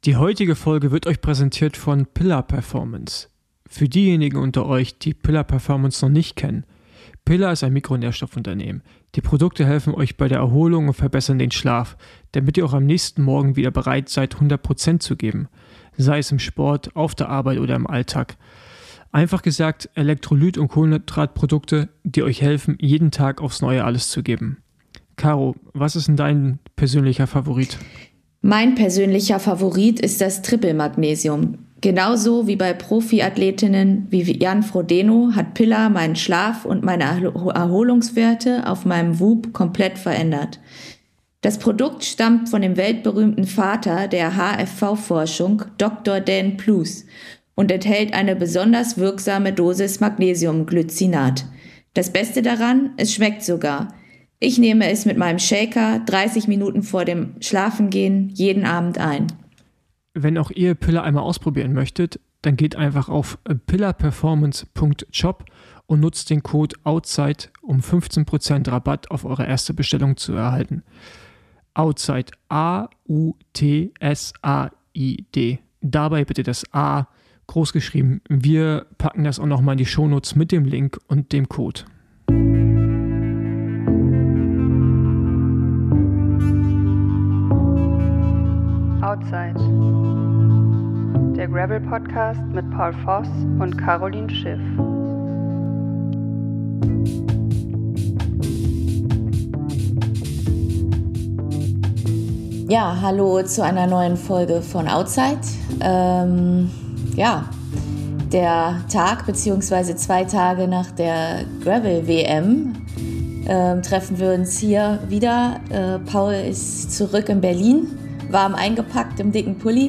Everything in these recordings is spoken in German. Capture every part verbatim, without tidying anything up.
Die heutige Folge wird euch präsentiert von Pillar Performance. Für diejenigen unter euch, die Pillar Performance noch nicht kennen: Pillar ist ein Mikronährstoffunternehmen. Die Produkte helfen euch bei der Erholung und verbessern den Schlaf, damit ihr auch am nächsten Morgen wieder bereit seid, hundert Prozent zu geben. Sei es im Sport, auf der Arbeit oder im Alltag. Einfach gesagt, Elektrolyt- und Kohlenhydratprodukte, die euch helfen, jeden Tag aufs Neue alles zu geben. Caro, was ist denn dein persönlicher Favorit? Mein persönlicher Favorit ist das Triple-Magnesium. Genauso wie bei Profiathletinnen wie Jan Frodeno hat Pillar meinen Schlaf und meine Erholungswerte auf meinem W U B komplett verändert. Das Produkt stammt von dem weltberühmten Vater der H F V-Forschung, Doktor Dan Plews, und enthält eine besonders wirksame Dosis Magnesiumglycinat. Das Beste daran, es schmeckt sogar. Ich nehme es mit meinem Shaker dreißig Minuten vor dem Schlafengehen jeden Abend ein. Wenn auch ihr Pillar einmal ausprobieren möchtet, dann geht einfach auf pillar performance punkt shop und nutzt den Code OUTSIDE, um fünfzehn Prozent Rabatt auf eure erste Bestellung zu erhalten. OUTSIDE, A U T S A I D. Dabei bitte das A groß geschrieben. Wir packen das auch nochmal in die Shownotes mit dem Link und dem Code. Outside. Der Gravel-Podcast mit Paul Voss und Caroline Schiff. Ja, hallo zu einer neuen Folge von Outside. Ähm, ja, der Tag bzw. zwei Tage nach der Gravel-W M ähm, treffen wir uns hier wieder. Äh, Paul ist zurück in Berlin, warm eingepackt im dicken Pulli.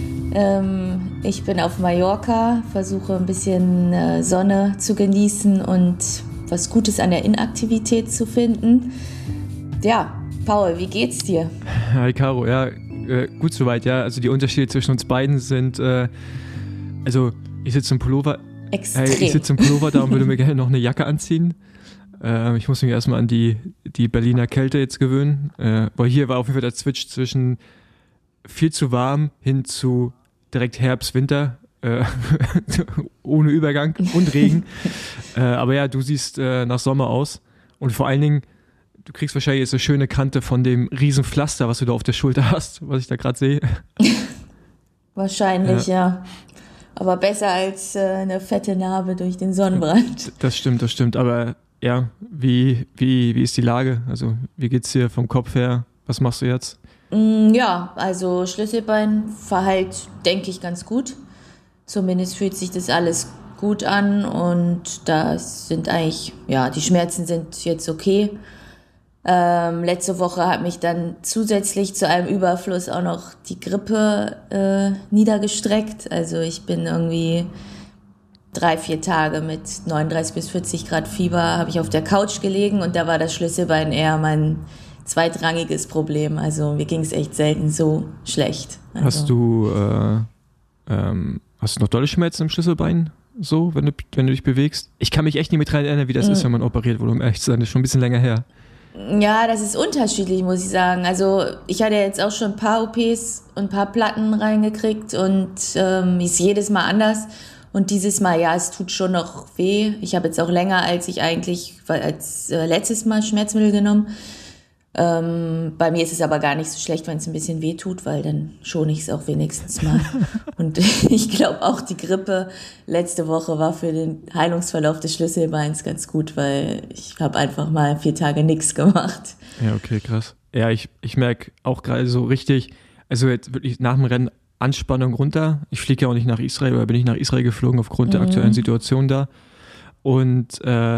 Ähm, ich bin auf Mallorca, versuche ein bisschen äh, Sonne zu genießen und was Gutes an der Inaktivität zu finden. Ja, Paul, wie geht's dir? Hi Caro, ja, äh, gut soweit, ja. Also die Unterschiede zwischen uns beiden sind, äh, also ich sitze im Pullover, Extrem. Äh, ich sitze im Pullover da und würde mir gerne noch eine Jacke anziehen. Äh, ich muss mich erstmal an die, die Berliner Kälte jetzt gewöhnen, äh, weil hier war auf jeden Fall der Switch zwischen viel zu warm hin zu direkt Herbst, Winter, äh, ohne Übergang und Regen. äh, aber ja, du siehst äh, nach Sommer aus und vor allen Dingen, du kriegst wahrscheinlich jetzt eine schöne Kante von dem riesen Pflaster, was du da auf der Schulter hast, was ich da gerade sehe. Wahrscheinlich, ja. ja. Aber besser als äh, eine fette Narbe durch den Sonnenbrand. Das stimmt, das stimmt. Aber ja, wie, wie, wie ist die Lage? Also wie geht's dir vom Kopf her? Was machst du jetzt? Ja, also Schlüsselbein verheilt, denke ich, ganz gut. Zumindest fühlt sich das alles gut an und da sind eigentlich, ja, die Schmerzen sind jetzt okay. Ähm, letzte Woche hat mich dann zusätzlich zu einem Überfluss auch noch die Grippe äh, niedergestreckt. Also ich bin irgendwie drei, vier Tage mit neununddreißig bis vierzig Grad Fieber habe ich auf der Couch gelegen und da war das Schlüsselbein eher mein zweitrangiges Problem. Also mir ging es echt selten so schlecht. Also. Hast du äh, ähm, hast du noch dolle Schmerzen im Schlüsselbein? So, wenn du, wenn du dich bewegst? Ich kann mich echt nicht mehr dran erinnern, wie das mhm. ist, wenn man operiert wurde, um ehrlich zu sein. Das ist schon ein bisschen länger her. Ja, das ist unterschiedlich, muss ich sagen. Also ich hatte jetzt auch schon ein paar O Ps und ein paar Platten reingekriegt und ähm, ist jedes Mal anders. Und dieses Mal, ja, es tut schon noch weh. Ich habe jetzt auch länger, als ich eigentlich als äh, letztes Mal Schmerzmittel genommen. Ähm, bei mir ist es aber gar nicht so schlecht, wenn es ein bisschen weh tut, weil dann schone ich es auch wenigstens mal. Und ich glaube auch die Grippe letzte Woche war für den Heilungsverlauf des Schlüsselbeins ganz gut, weil ich habe einfach mal vier Tage nichts gemacht. Ja, okay, krass. Ja, ich, ich merke auch gerade so richtig, also jetzt wirklich nach dem Rennen Anspannung runter. Ich fliege ja auch nicht nach Israel, oder bin ich nach Israel geflogen aufgrund der mhm. aktuellen Situation da. Und äh,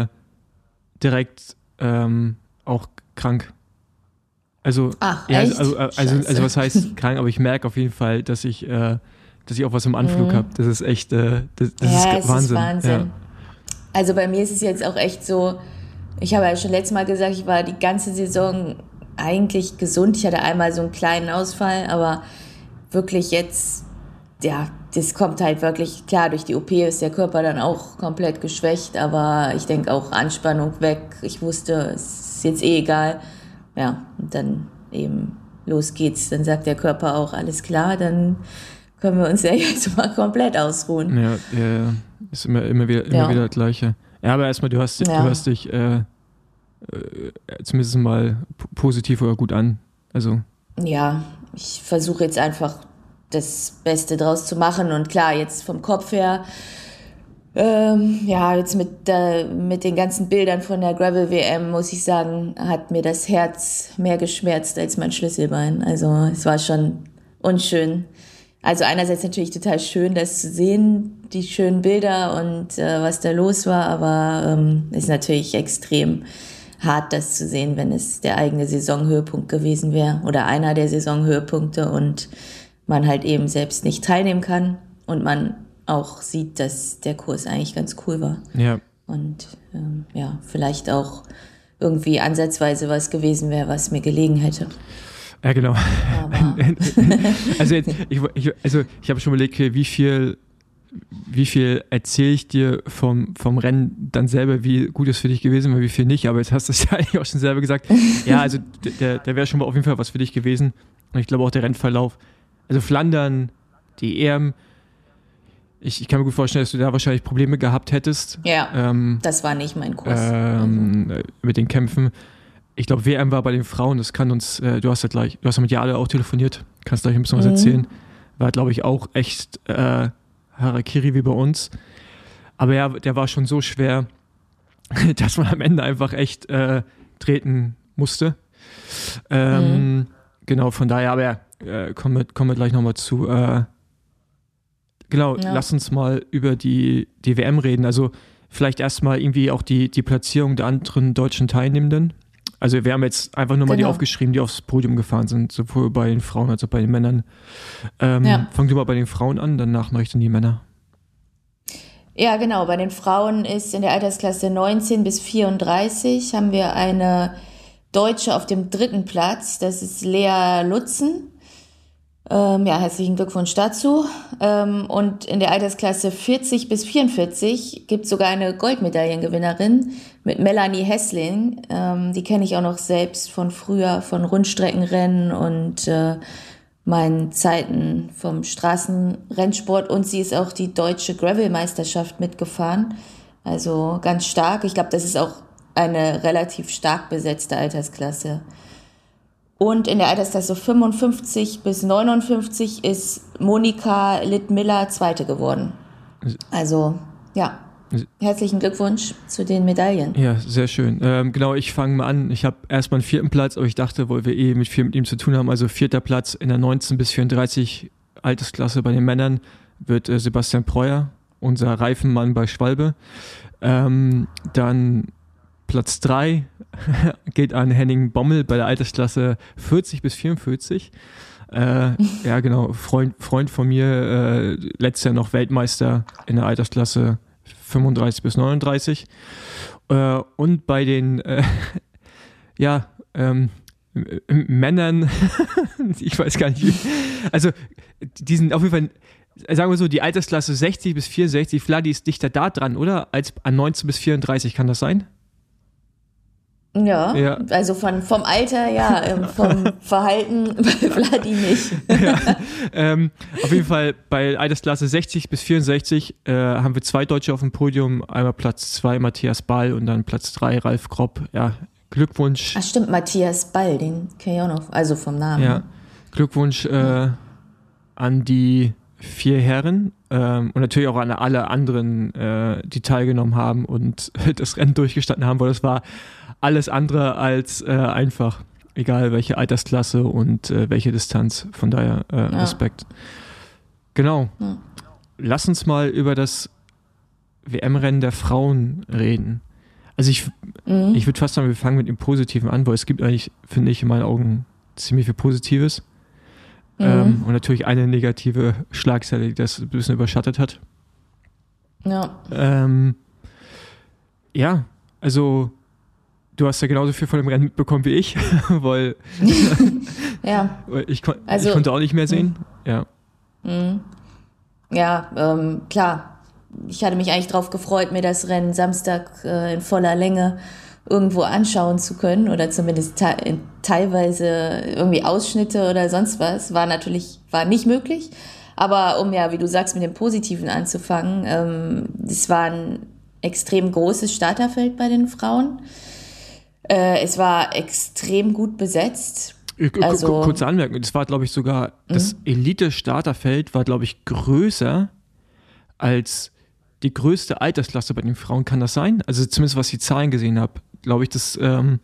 direkt ähm, auch krank. Also, Ach, ja, echt? also, also, also, also was heißt krank, aber ich merke auf jeden Fall, dass ich, äh, dass ich auch was im Anflug mhm. habe. Das ist echt, äh, das, das ja, ist es Wahnsinn. Ist Wahnsinn. Ja. Also bei mir ist es jetzt auch echt so, ich habe ja schon letztes Mal gesagt, ich war die ganze Saison eigentlich gesund. Ich hatte einmal so einen kleinen Ausfall, aber wirklich jetzt, ja, das kommt halt wirklich, klar, durch die O P ist der Körper dann auch komplett geschwächt, aber ich denke auch Anspannung weg. Ich wusste, es ist jetzt eh egal. Ja, und dann eben los geht's. Dann sagt der Körper auch, alles klar, dann können wir uns ja jetzt mal komplett ausruhen. Ja, ja, ist immer, immer, wieder, immer ja. wieder das Gleiche. Ja, aber erstmal, du hast, ja. du hast dich äh, äh, zumindest mal p- positiv oder gut an. Also. Ja, ich versuche jetzt einfach das Beste draus zu machen. Und klar, jetzt vom Kopf her, ähm, ja, jetzt mit, der, mit den ganzen Bildern von der Gravel-W M, muss ich sagen, hat mir das Herz mehr geschmerzt als mein Schlüsselbein. Also es war schon unschön. Also einerseits natürlich total schön, das zu sehen, die schönen Bilder und äh, was da los war, aber ähm, ist natürlich extrem hart, das zu sehen, wenn es der eigene Saisonhöhepunkt gewesen wäre oder einer der Saisonhöhepunkte und man halt eben selbst nicht teilnehmen kann und man auch sieht, dass der Kurs eigentlich ganz cool war. Ja. Und ähm, ja, vielleicht auch irgendwie ansatzweise was gewesen wäre, was mir gelegen hätte. Ja, genau. Aber also, jetzt, ich, ich, also ich habe schon überlegt, wie viel, wie viel erzähle ich dir vom, vom Rennen dann selber, wie gut es für dich gewesen wäre, wie viel nicht. Aber jetzt hast du es ja eigentlich auch schon selber gesagt. Ja, also der, der wäre schon mal auf jeden Fall was für dich gewesen. Und ich glaube auch der Rennverlauf. Also Flandern, die E M, ich, ich kann mir gut vorstellen, dass du da wahrscheinlich Probleme gehabt hättest. ja, ähm, das war nicht mein Kurs. ähm, also. Mit den Kämpfen. Ich glaube, W M war bei den Frauen, das kann uns, äh, du hast ja gleich, du hast ja mit Jale auch telefoniert, kannst gleich ein bisschen was Mhm. erzählen. War, glaube ich, auch echt äh, Harakiri wie bei uns. Aber ja, der war schon so schwer, dass man am Ende einfach echt äh, treten musste. Ähm, Mhm. Genau, von daher, aber ja, äh, kommen, wir, kommen wir gleich nochmal zu. Äh, genau, Ja. lass uns mal über die, die W M reden. Also vielleicht erstmal irgendwie auch die, die Platzierung der anderen deutschen Teilnehmenden. Also wir haben jetzt einfach nur mal die Genau. aufgeschrieben, die aufs Podium gefahren sind, sowohl bei den Frauen als auch bei den Männern. Ähm, Ja. Fang du mal bei den Frauen an, danach mache ich dann die Männer. Ja, genau. Bei den Frauen ist in der Altersklasse neunzehn bis vierunddreißig haben wir eine Deutsche auf dem dritten Platz. Das ist Lea Lutzen. Ähm, ja, herzlichen Glückwunsch dazu. Ähm, und in der Altersklasse vierzig bis vierundvierzig gibt es sogar eine Goldmedaillengewinnerin mit Melanie Hessling. Ähm, die kenne ich auch noch selbst von früher, von Rundstreckenrennen und äh, meinen Zeiten vom Straßenrennsport. Und sie ist auch die deutsche Gravel-Meisterschaft mitgefahren. Also ganz stark. Ich glaube, das ist auch eine relativ stark besetzte Altersklasse. Und in der Altersklasse fünfundfünfzig bis neunundfünfzig ist Monika Litt-Miller Zweite geworden. Also, ja, herzlichen Glückwunsch zu den Medaillen. Ja, sehr schön. Ähm, genau, ich fange mal an. Ich habe erstmal einen vierten Platz, aber ich dachte, weil wir eh mit viel mit ihm zu tun haben, also vierter Platz in der neunzehn bis vierunddreißig Altersklasse bei den Männern wird äh, Sebastian Preuer, unser Reifenmann bei Schwalbe. Ähm, dann Platz drei geht an Henning Bommel bei der Altersklasse vierzig bis vierundvierzig. Äh, ja, genau, Freund, Freund von mir, äh, letztes Jahr noch Weltmeister in der Altersklasse fünfunddreißig bis neununddreißig. Äh, und bei den äh, ja, ähm, M- Männern, ich weiß gar nicht, wie, also die sind auf jeden Fall, sagen wir so, die Altersklasse sechzig bis vierundsechzig, Vladi ist dichter da dran, oder? Als an neunzehn bis vierunddreißig, kann das sein? Ja, Ja. also von, vom Alter ja, ähm, vom Verhalten bei Vladi nicht. Ja, ähm, auf jeden Fall bei Altersklasse sechzig bis vierundsechzig äh, haben wir zwei Deutsche auf dem Podium. Einmal Platz zwei Matthias Ball und dann Platz drei Ralf Kropp. Ja, Glückwunsch. Ach stimmt, Matthias Ball, den kenne ich auch noch, also vom Namen. Ja, Glückwunsch äh, an die vier Herren ähm, und natürlich auch an alle anderen, äh, die teilgenommen haben und das Rennen durchgestanden haben, weil das war alles andere als äh, einfach. Egal welche Altersklasse und äh, welche Distanz. Von daher äh, Ja. Respekt. Genau. Ja. Lass uns mal über das W M-Rennen der Frauen reden. Also ich, Mhm. ich würde fast sagen, wir fangen mit dem Positiven an, weil es gibt eigentlich, finde ich, in meinen Augen ziemlich viel Positives. Mhm. Ähm, und natürlich eine negative Schlagzeile, die das ein bisschen überschattet hat. Ja. Ähm, ja, also du hast ja genauso viel von dem Rennen mitbekommen wie ich, weil Ja. ich, kon- Also- ich konnte auch nicht mehr sehen. Ja. Mhm. Ja, ähm, klar. Ich hatte mich eigentlich drauf gefreut, mir das Rennen Samstag äh, in voller Länge irgendwo anschauen zu können oder zumindest te- teilweise irgendwie Ausschnitte oder sonst was, war natürlich, war nicht möglich. Aber um ja, wie du sagst, mit dem Positiven anzufangen, ähm, es war ein extrem großes Starterfeld bei den Frauen. Äh, es war extrem gut besetzt. Also, kurze Anmerkung, das war, glaube ich, sogar, das Elite-Starterfeld war, glaube ich, größer als die größte Altersklasse bei den Frauen. Kann das sein? Also zumindest, was ich die Zahlen gesehen habe, glaube ich, das... Ähm,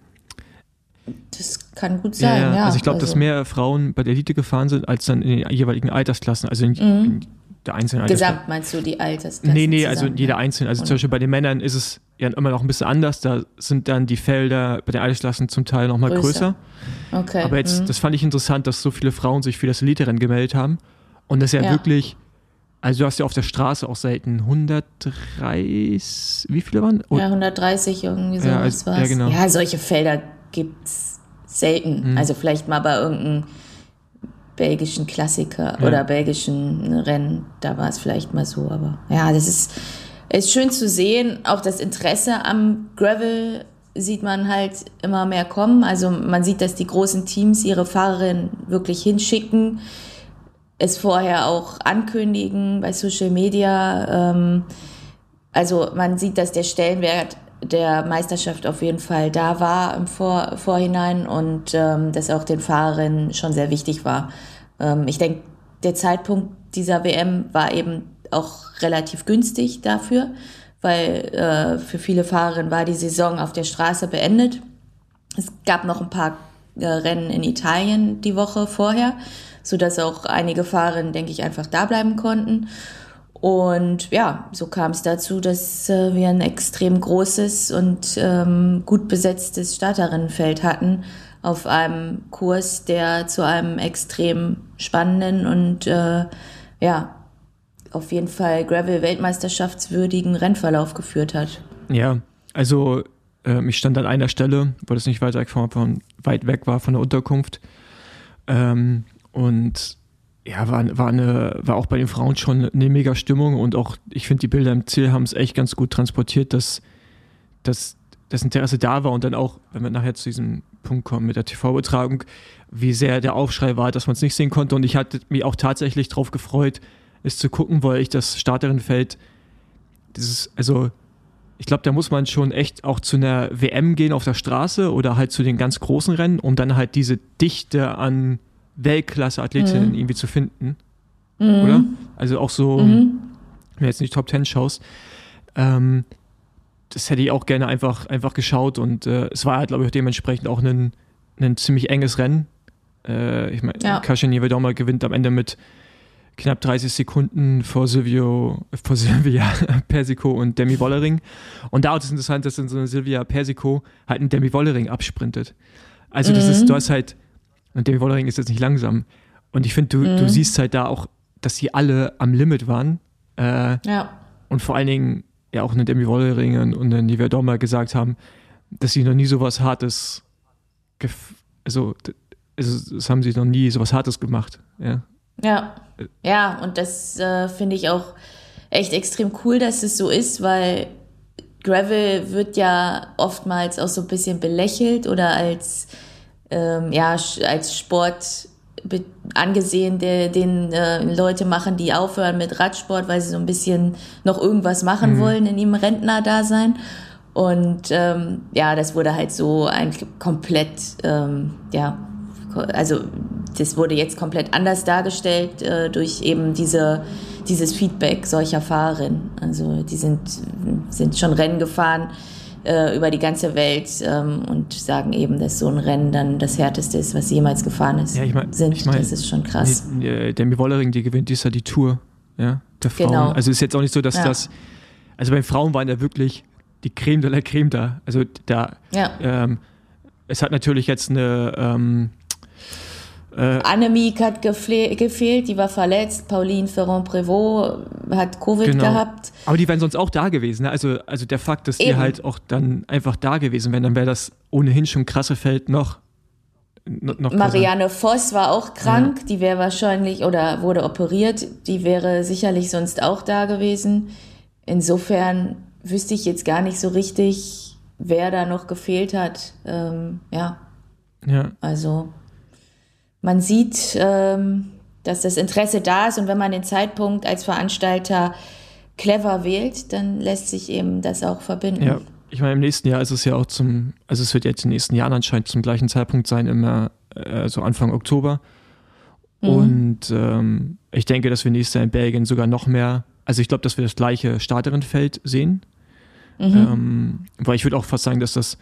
das kann gut sein, ja. ja. Also ich glaube, also. dass mehr Frauen bei der Elite gefahren sind, als dann in den jeweiligen Altersklassen, also in, Mhm. in der einzelnen Altersklasse. Gesamt meinst du die Altersklasse? Nee, nee, zusammen, also in jeder ja. einzelnen. Also Und zum Beispiel bei den Männern ist es ja immer noch ein bisschen anders. Da sind dann die Felder bei den Altersklassen zum Teil noch mal größer. größer. Okay. Aber jetzt, mhm. das fand ich interessant, dass so viele Frauen sich für das Elite-Rennen gemeldet haben. Und das ist ja, Ja. wirklich, also du hast ja auf der Straße auch selten hundertdreißig, wie viele waren? Oh, Ja, hundertdreißig irgendwie so, Ja, was also- war's. ja, genau. Ja, solche Felder gibt's selten. Mhm. Also vielleicht mal bei irgendeinem belgischen Klassiker Ja. oder belgischen Rennen, da war es vielleicht mal so, aber ja, das ist, ist schön zu sehen. Auch das Interesse am Gravel sieht man halt immer mehr kommen. Also man sieht, dass die großen Teams ihre Fahrerinnen wirklich hinschicken, es vorher auch ankündigen bei Social Media. Ähm, also man sieht, dass der Stellenwert der Meisterschaft auf jeden Fall da war im Vor- Vorhinein und ähm, das auch den Fahrerinnen schon sehr wichtig war. Ähm, ich denke, der Zeitpunkt dieser W M war eben auch relativ günstig dafür, weil äh, für viele Fahrerinnen war die Saison auf der Straße beendet. Es gab noch ein paar äh, Rennen in Italien die Woche vorher, sodass auch einige Fahrerinnen, denke ich, einfach da bleiben konnten. Und ja, so kam es dazu, dass äh, wir ein extrem großes und ähm, gut besetztes Starterinnenfeld hatten auf einem Kurs, der zu einem extrem spannenden und äh, ja, auf jeden Fall Gravel-Weltmeisterschaftswürdigen Rennverlauf geführt hat. Ja, also ähm, ich stand an einer Stelle, weil es nicht weit weg, von, von, weit weg war von der Unterkunft. Ähm, und ja, war, war, eine, war auch bei den Frauen schon eine mega Stimmung und auch, ich finde, die Bilder im Ziel haben es echt ganz gut transportiert, dass, dass das Interesse da war und dann auch, wenn wir nachher zu diesem Punkt kommen mit der T V-Übertragung, wie sehr der Aufschrei war, dass man es nicht sehen konnte. Und ich hatte mich auch tatsächlich drauf gefreut, es zu gucken, weil ich das Starterinnenfeld, dieses, also ich glaube, da muss man schon echt auch zu einer W M gehen auf der Straße oder halt zu den ganz großen Rennen, um dann halt diese Dichte an Weltklasse-Athletinnen Mhm. irgendwie zu finden. Mhm. Oder? Also auch so, Mhm. wenn du jetzt nicht Top Ten schaust, ähm, das hätte ich auch gerne einfach, einfach geschaut und äh, es war halt, glaube ich, dementsprechend auch ein, ein ziemlich enges Rennen. Äh, ich meine, Ja. Kasia Niewiadoma gewinnt am Ende mit knapp dreißig Sekunden vor Silvio, vor Silvia Persico und Demi Wollering. Und da auch das Interessante, dass dann so eine Silvia Persico halt einen Demi Wollering absprintet. Also das Mhm. ist, du hast halt, und Demi Wollering ist jetzt nicht langsam. Und ich finde, du, Mhm. du siehst halt da auch, dass sie alle am Limit waren. Äh, Ja. und vor allen Dingen ja auch eine Demi Wollering und eine Niewiadoma gesagt haben, dass sie noch nie sowas Hartes, gef- also, d- also das haben sie noch nie sowas Hartes gemacht. Ja. Ja, ja, und das äh, finde ich auch echt extrem cool, dass es so ist, weil Gravel wird ja oftmals auch so ein bisschen belächelt oder als, ähm, ja, sch- als Sport be- angesehen, der, den äh, Leute machen, die aufhören mit Radsport, weil sie so ein bisschen noch irgendwas machen Mhm. wollen in ihrem Rentner-Dasein. Und ähm, ja, das wurde halt so eigentlich komplett, ähm, ja, also das wurde jetzt komplett anders dargestellt äh, durch eben diese, dieses Feedback solcher Fahrerinnen. Also die sind, sind schon Rennen gefahren äh, über die ganze Welt ähm, und sagen eben, dass so ein Rennen dann das härteste ist, was jemals gefahren ist. Ja, ich mein- sind. ich mein, das ist schon krass. Die, die, Demi Wollering, die gewinnt dies Jahr die Tour, ja, der Frauen. Genau. Also ist jetzt auch nicht so, dass Ja. das, also bei den Frauen waren ja wirklich die Creme de la Creme da. Also da, Ja. ähm, es hat natürlich jetzt eine, ähm, äh, Annemiek hat gefle- gefehlt, die war verletzt. Pauline Ferrand-Prévot hat Covid Genau. gehabt. aber die wären sonst auch da gewesen. Ne? Also, also der Fakt, dass die Eben. halt auch dann einfach da gewesen wären, dann wäre das ohnehin schon krasse Feld noch, noch, noch krasser. Marianne Voss war auch krank, die wäre wahrscheinlich oder wurde operiert, die wäre sicherlich sonst auch da gewesen. Insofern wüsste ich jetzt gar nicht so richtig, wer da noch gefehlt hat. Ähm, ja. Ja. Also man sieht, ähm, dass das Interesse da ist und wenn man den Zeitpunkt als Veranstalter clever wählt, dann lässt sich eben das auch verbinden. Ja, ich meine, im nächsten Jahr ist es ja auch zum, also es wird jetzt in den nächsten Jahren anscheinend zum gleichen Zeitpunkt sein, immer äh, so Anfang Oktober. Mhm. Und ähm, ich denke, dass wir nächstes Jahr in Belgien sogar noch mehr, also ich glaube, dass wir das gleiche Starterinnenfeld sehen. Mhm. Ähm, weil ich würde auch fast sagen, dass das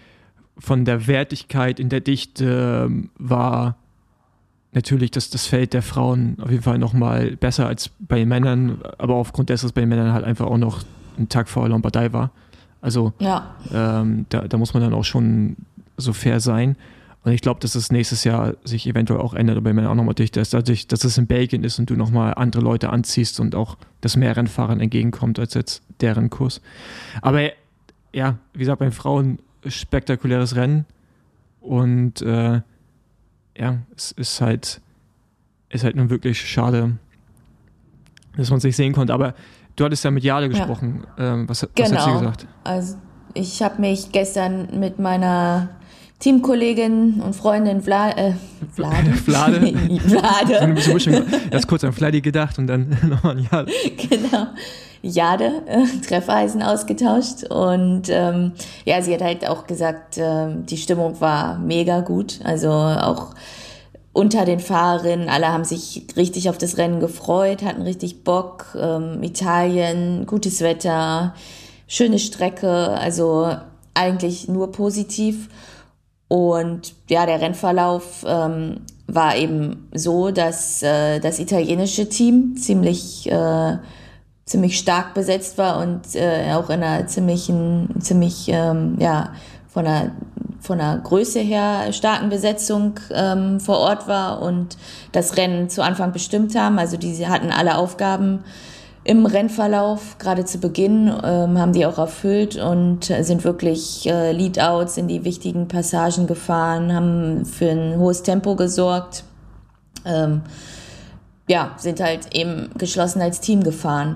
von der Wertigkeit in der Dichte äh, war natürlich das, das Feld der Frauen auf jeden Fall nochmal besser als bei den Männern, aber aufgrund dessen, dass bei den Männern halt einfach auch noch ein Tag vor Lombardei war. Also ja. ähm, da, da muss man dann auch schon so fair sein. Und ich glaube, dass es nächstes Jahr sich eventuell auch ändert, aber bei Männern auch nochmal dichter ist, dadurch, dass es in Belgien ist und du nochmal andere Leute anziehst und auch das mehr Rennfahrern entgegenkommt als jetzt deren Kurs. Aber ja, wie gesagt, bei den Frauen spektakuläres Rennen und äh, ja, es ist halt, ist halt nun wirklich schade, dass man es nicht sehen konnte. Aber du hattest ja mit Jade gesprochen. Ja. Ähm, was, was genau. hat sie gesagt? Also ich habe mich gestern mit meiner Teamkollegin und Freundin Vla, äh, Vlade. Vlade. Vlade. ein bisschen erst kurz an Vladi gedacht und dann nochmal an Jade. Genau. Jade, äh, Treffeisen ausgetauscht und ähm, ja, sie hat halt auch gesagt, äh, die Stimmung war mega gut, also auch unter den Fahrerinnen, alle haben sich richtig auf das Rennen gefreut, hatten richtig Bock, ähm, Italien, gutes Wetter, schöne Strecke, also eigentlich nur positiv und ja, der Rennverlauf ähm, war eben so, dass äh, das italienische Team ziemlich äh, ziemlich stark besetzt war und äh, auch in einer ziemlichen, ziemlich, ähm, ja, von einer, von der Größe her starken Besetzung ähm, vor Ort war und das Rennen zu Anfang bestimmt haben. Also die hatten alle Aufgaben im Rennverlauf, gerade zu Beginn, ähm, haben die auch erfüllt und sind wirklich äh, Lead-Outs in die wichtigen Passagen gefahren, haben für ein hohes Tempo gesorgt. Ähm, ja, sind halt eben geschlossen als Team gefahren.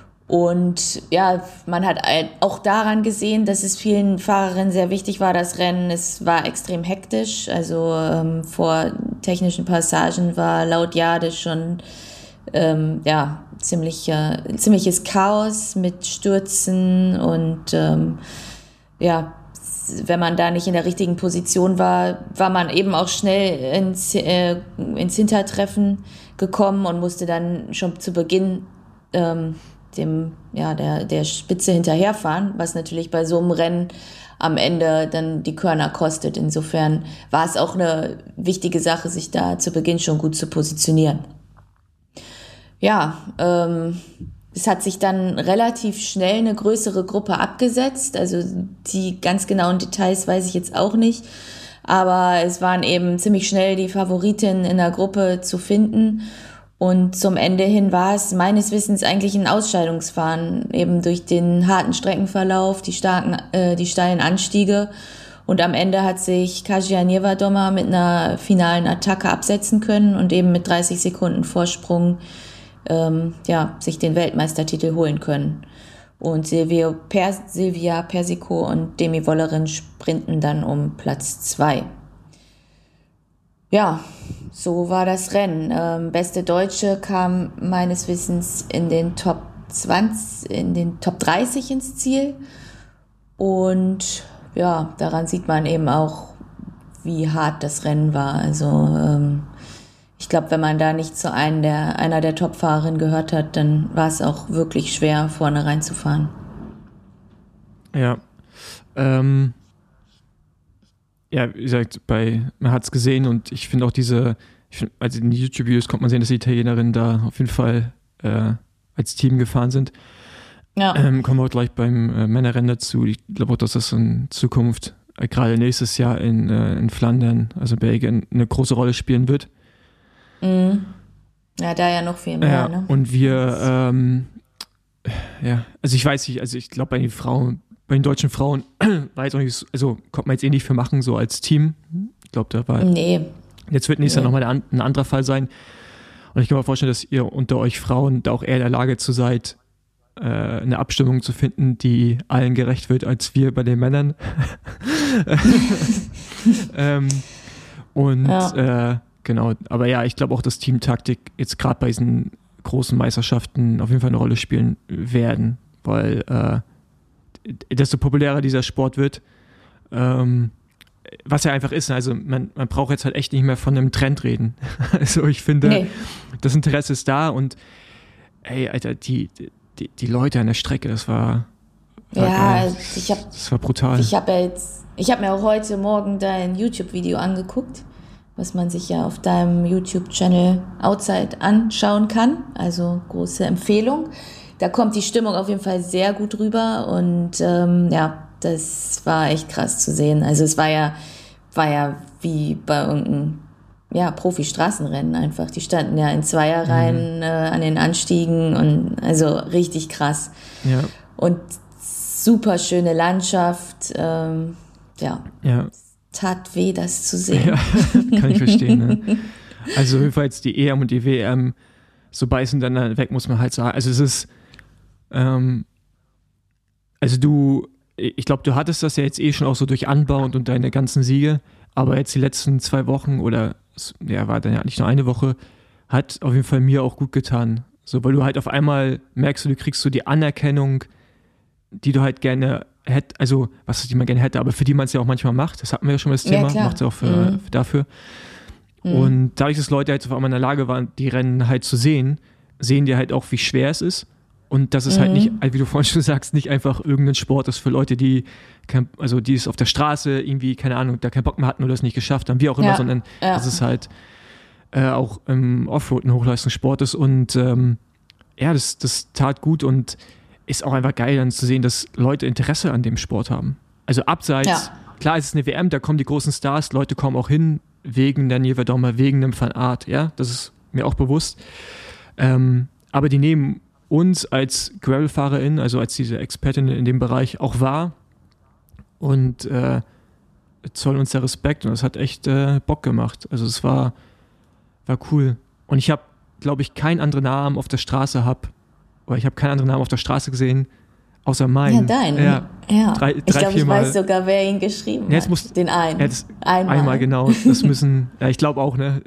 Und ja, man hat auch daran gesehen, dass es vielen Fahrerinnen sehr wichtig war, das Rennen. Es war extrem hektisch, also ähm, vor technischen Passagen war laut Jade schon ähm, ja, ziemlich, äh, ziemliches Chaos mit Stürzen und ähm, ja, wenn man da nicht in der richtigen Position war, war man eben auch schnell ins, äh, ins Hintertreffen gekommen und musste dann schon zu Beginn ähm, dem, ja, der, der Spitze hinterherfahren, was natürlich bei so einem Rennen am Ende dann die Körner kostet. Insofern war es auch eine wichtige Sache, sich da zu Beginn schon gut zu positionieren. Ja, ähm, es hat sich dann relativ schnell eine größere Gruppe abgesetzt, also die ganz genauen Details weiß ich jetzt auch nicht, aber es waren eben ziemlich schnell die Favoritinnen in der Gruppe zu finden und zum Ende hin war es meines Wissens eigentlich ein Ausscheidungsfahren, eben durch den harten Streckenverlauf, die starken, äh, die steilen Anstiege und am Ende hat sich Kasia Niewiadoma mit einer finalen Attacke absetzen können und eben mit dreißig Sekunden Vorsprung Ähm, ja, sich den Weltmeistertitel holen können. Und Silvio per- Silvia Persico und Demi Vollerin sprinten dann um Platz zwei. Ja, so war das Rennen. Ähm, beste Deutsche kam meines Wissens in den Top zwanzig, in den Top dreißig ins Ziel. Und ja, daran sieht man eben auch, wie hart das Rennen war. Also ähm, ich glaube, wenn man da nicht zu einem der, einer der Top-Fahrerinnen gehört hat, dann war es auch wirklich schwer, vorne reinzufahren. Ja. Ähm, ja, wie gesagt, bei, man hat es gesehen und ich finde auch diese, ich find, also in den YouTube-Videos kommt man sehen, dass die Italienerinnen da auf jeden Fall äh, als Team gefahren sind. Ja. Ähm, kommen wir auch gleich beim äh, Männerrennen dazu. Ich glaube auch, dass das in Zukunft, äh, gerade nächstes Jahr in, äh, in Flandern, also Belgien, eine große Rolle spielen wird. Mhm. Ja, da ja noch viel mehr. Ja, ne? Und wir, ähm, ja, also ich weiß nicht, also ich glaube bei den Frauen, bei den deutschen Frauen war jetzt auch nicht so, also konnte man jetzt eh nicht für machen, so als Team. Ich glaube, da war. Nee. Jetzt wird nächstes nee. Jahr nochmal ein, ein anderer Fall sein. Und ich kann mir vorstellen, dass ihr unter euch Frauen da auch eher in der Lage zu seid, äh, eine Abstimmung zu finden, die allen gerecht wird, als wir bei den Männern. ähm, und ja. äh, genau, aber ja, ich glaube auch, dass Teamtaktik jetzt gerade bei diesen großen Meisterschaften auf jeden Fall eine Rolle spielen werden, weil äh, desto populärer dieser Sport wird, ähm, was ja einfach ist, also man, man braucht jetzt halt echt nicht mehr von einem Trend reden. Also ich finde, nee. Das Interesse ist da und ey, Alter, die, die, die Leute an der Strecke, das war, war ja, geil. Ich hab, das war brutal. Ich habe ja jetzt, ich habe mir auch heute Morgen dein YouTube-Video angeguckt, was man sich ja auf deinem YouTube-Channel Outside anschauen kann, also große Empfehlung. Da kommt die Stimmung auf jeden Fall sehr gut rüber und ähm, ja, das war echt krass zu sehen. Also es war ja, war ja wie bei irgendeinem ja, Profi-Straßenrennen einfach. Die standen ja in Zweierreihen mhm. äh, an den Anstiegen und also richtig krass. Ja. Und super schöne Landschaft. Ähm, ja. ja, tat weh, das zu sehen. Ja, kann ich verstehen. Ne? Also jedenfalls die E M und die W M so beißen dann weg, muss man halt sagen. Also es ist ähm, also du ich glaube, du hattest das ja jetzt eh schon auch so durch Anbau und, und deine ganzen Siege, aber jetzt die letzten zwei Wochen oder ja, war dann ja nicht nur eine Woche, hat auf jeden Fall mir auch gut getan. So, weil du halt auf einmal merkst, du kriegst so die Anerkennung, die du halt gerne hättest, also was die man gerne hätte, aber für die man es ja auch manchmal macht. Das hatten wir ja schon mal das Thema, ja, macht es auch für, mhm. für dafür. Mhm. Und dadurch, dass Leute halt auf einmal in der Lage waren, die Rennen halt zu sehen, sehen die halt auch, wie schwer es ist. Und das ist mhm. halt nicht, wie du vorhin schon sagst, nicht einfach irgendein Sport ist für Leute, die kein, also die es auf der Straße irgendwie, keine Ahnung, da keinen Bock mehr hatten oder es nicht geschafft haben, wie auch immer, ja. sondern ja. dass es halt äh, auch im Offroad ein Hochleistungssport ist. Und ähm, ja, das, das tat gut und ist auch einfach geil, dann zu sehen, dass Leute Interesse an dem Sport haben. Also abseits, ja. klar, es ist eine W M, da kommen die großen Stars, Leute kommen auch hin wegen der Niewiadoma, wegen einem Van Aert, ja, das ist mir auch bewusst. Ähm, aber die nehmen uns als Gravel-FahrerInnen, also als diese Expertin in dem Bereich auch wahr und äh, zollen uns der Respekt und das hat echt äh, Bock gemacht. Also es war, war cool. Und ich habe, glaube ich, keinen anderen Namen auf der Straße hab, oder ich habe keinen anderen Namen auf der Straße gesehen, außer meinen. Ja, dein. Ja, ja. Drei, ich drei, glaube, ich Mal. weiß sogar, wer ihn geschrieben ja, hat. Muss, Den einen. Ja, das, einmal. einmal, genau. Das müssen, ja, ich glaube auch, ne?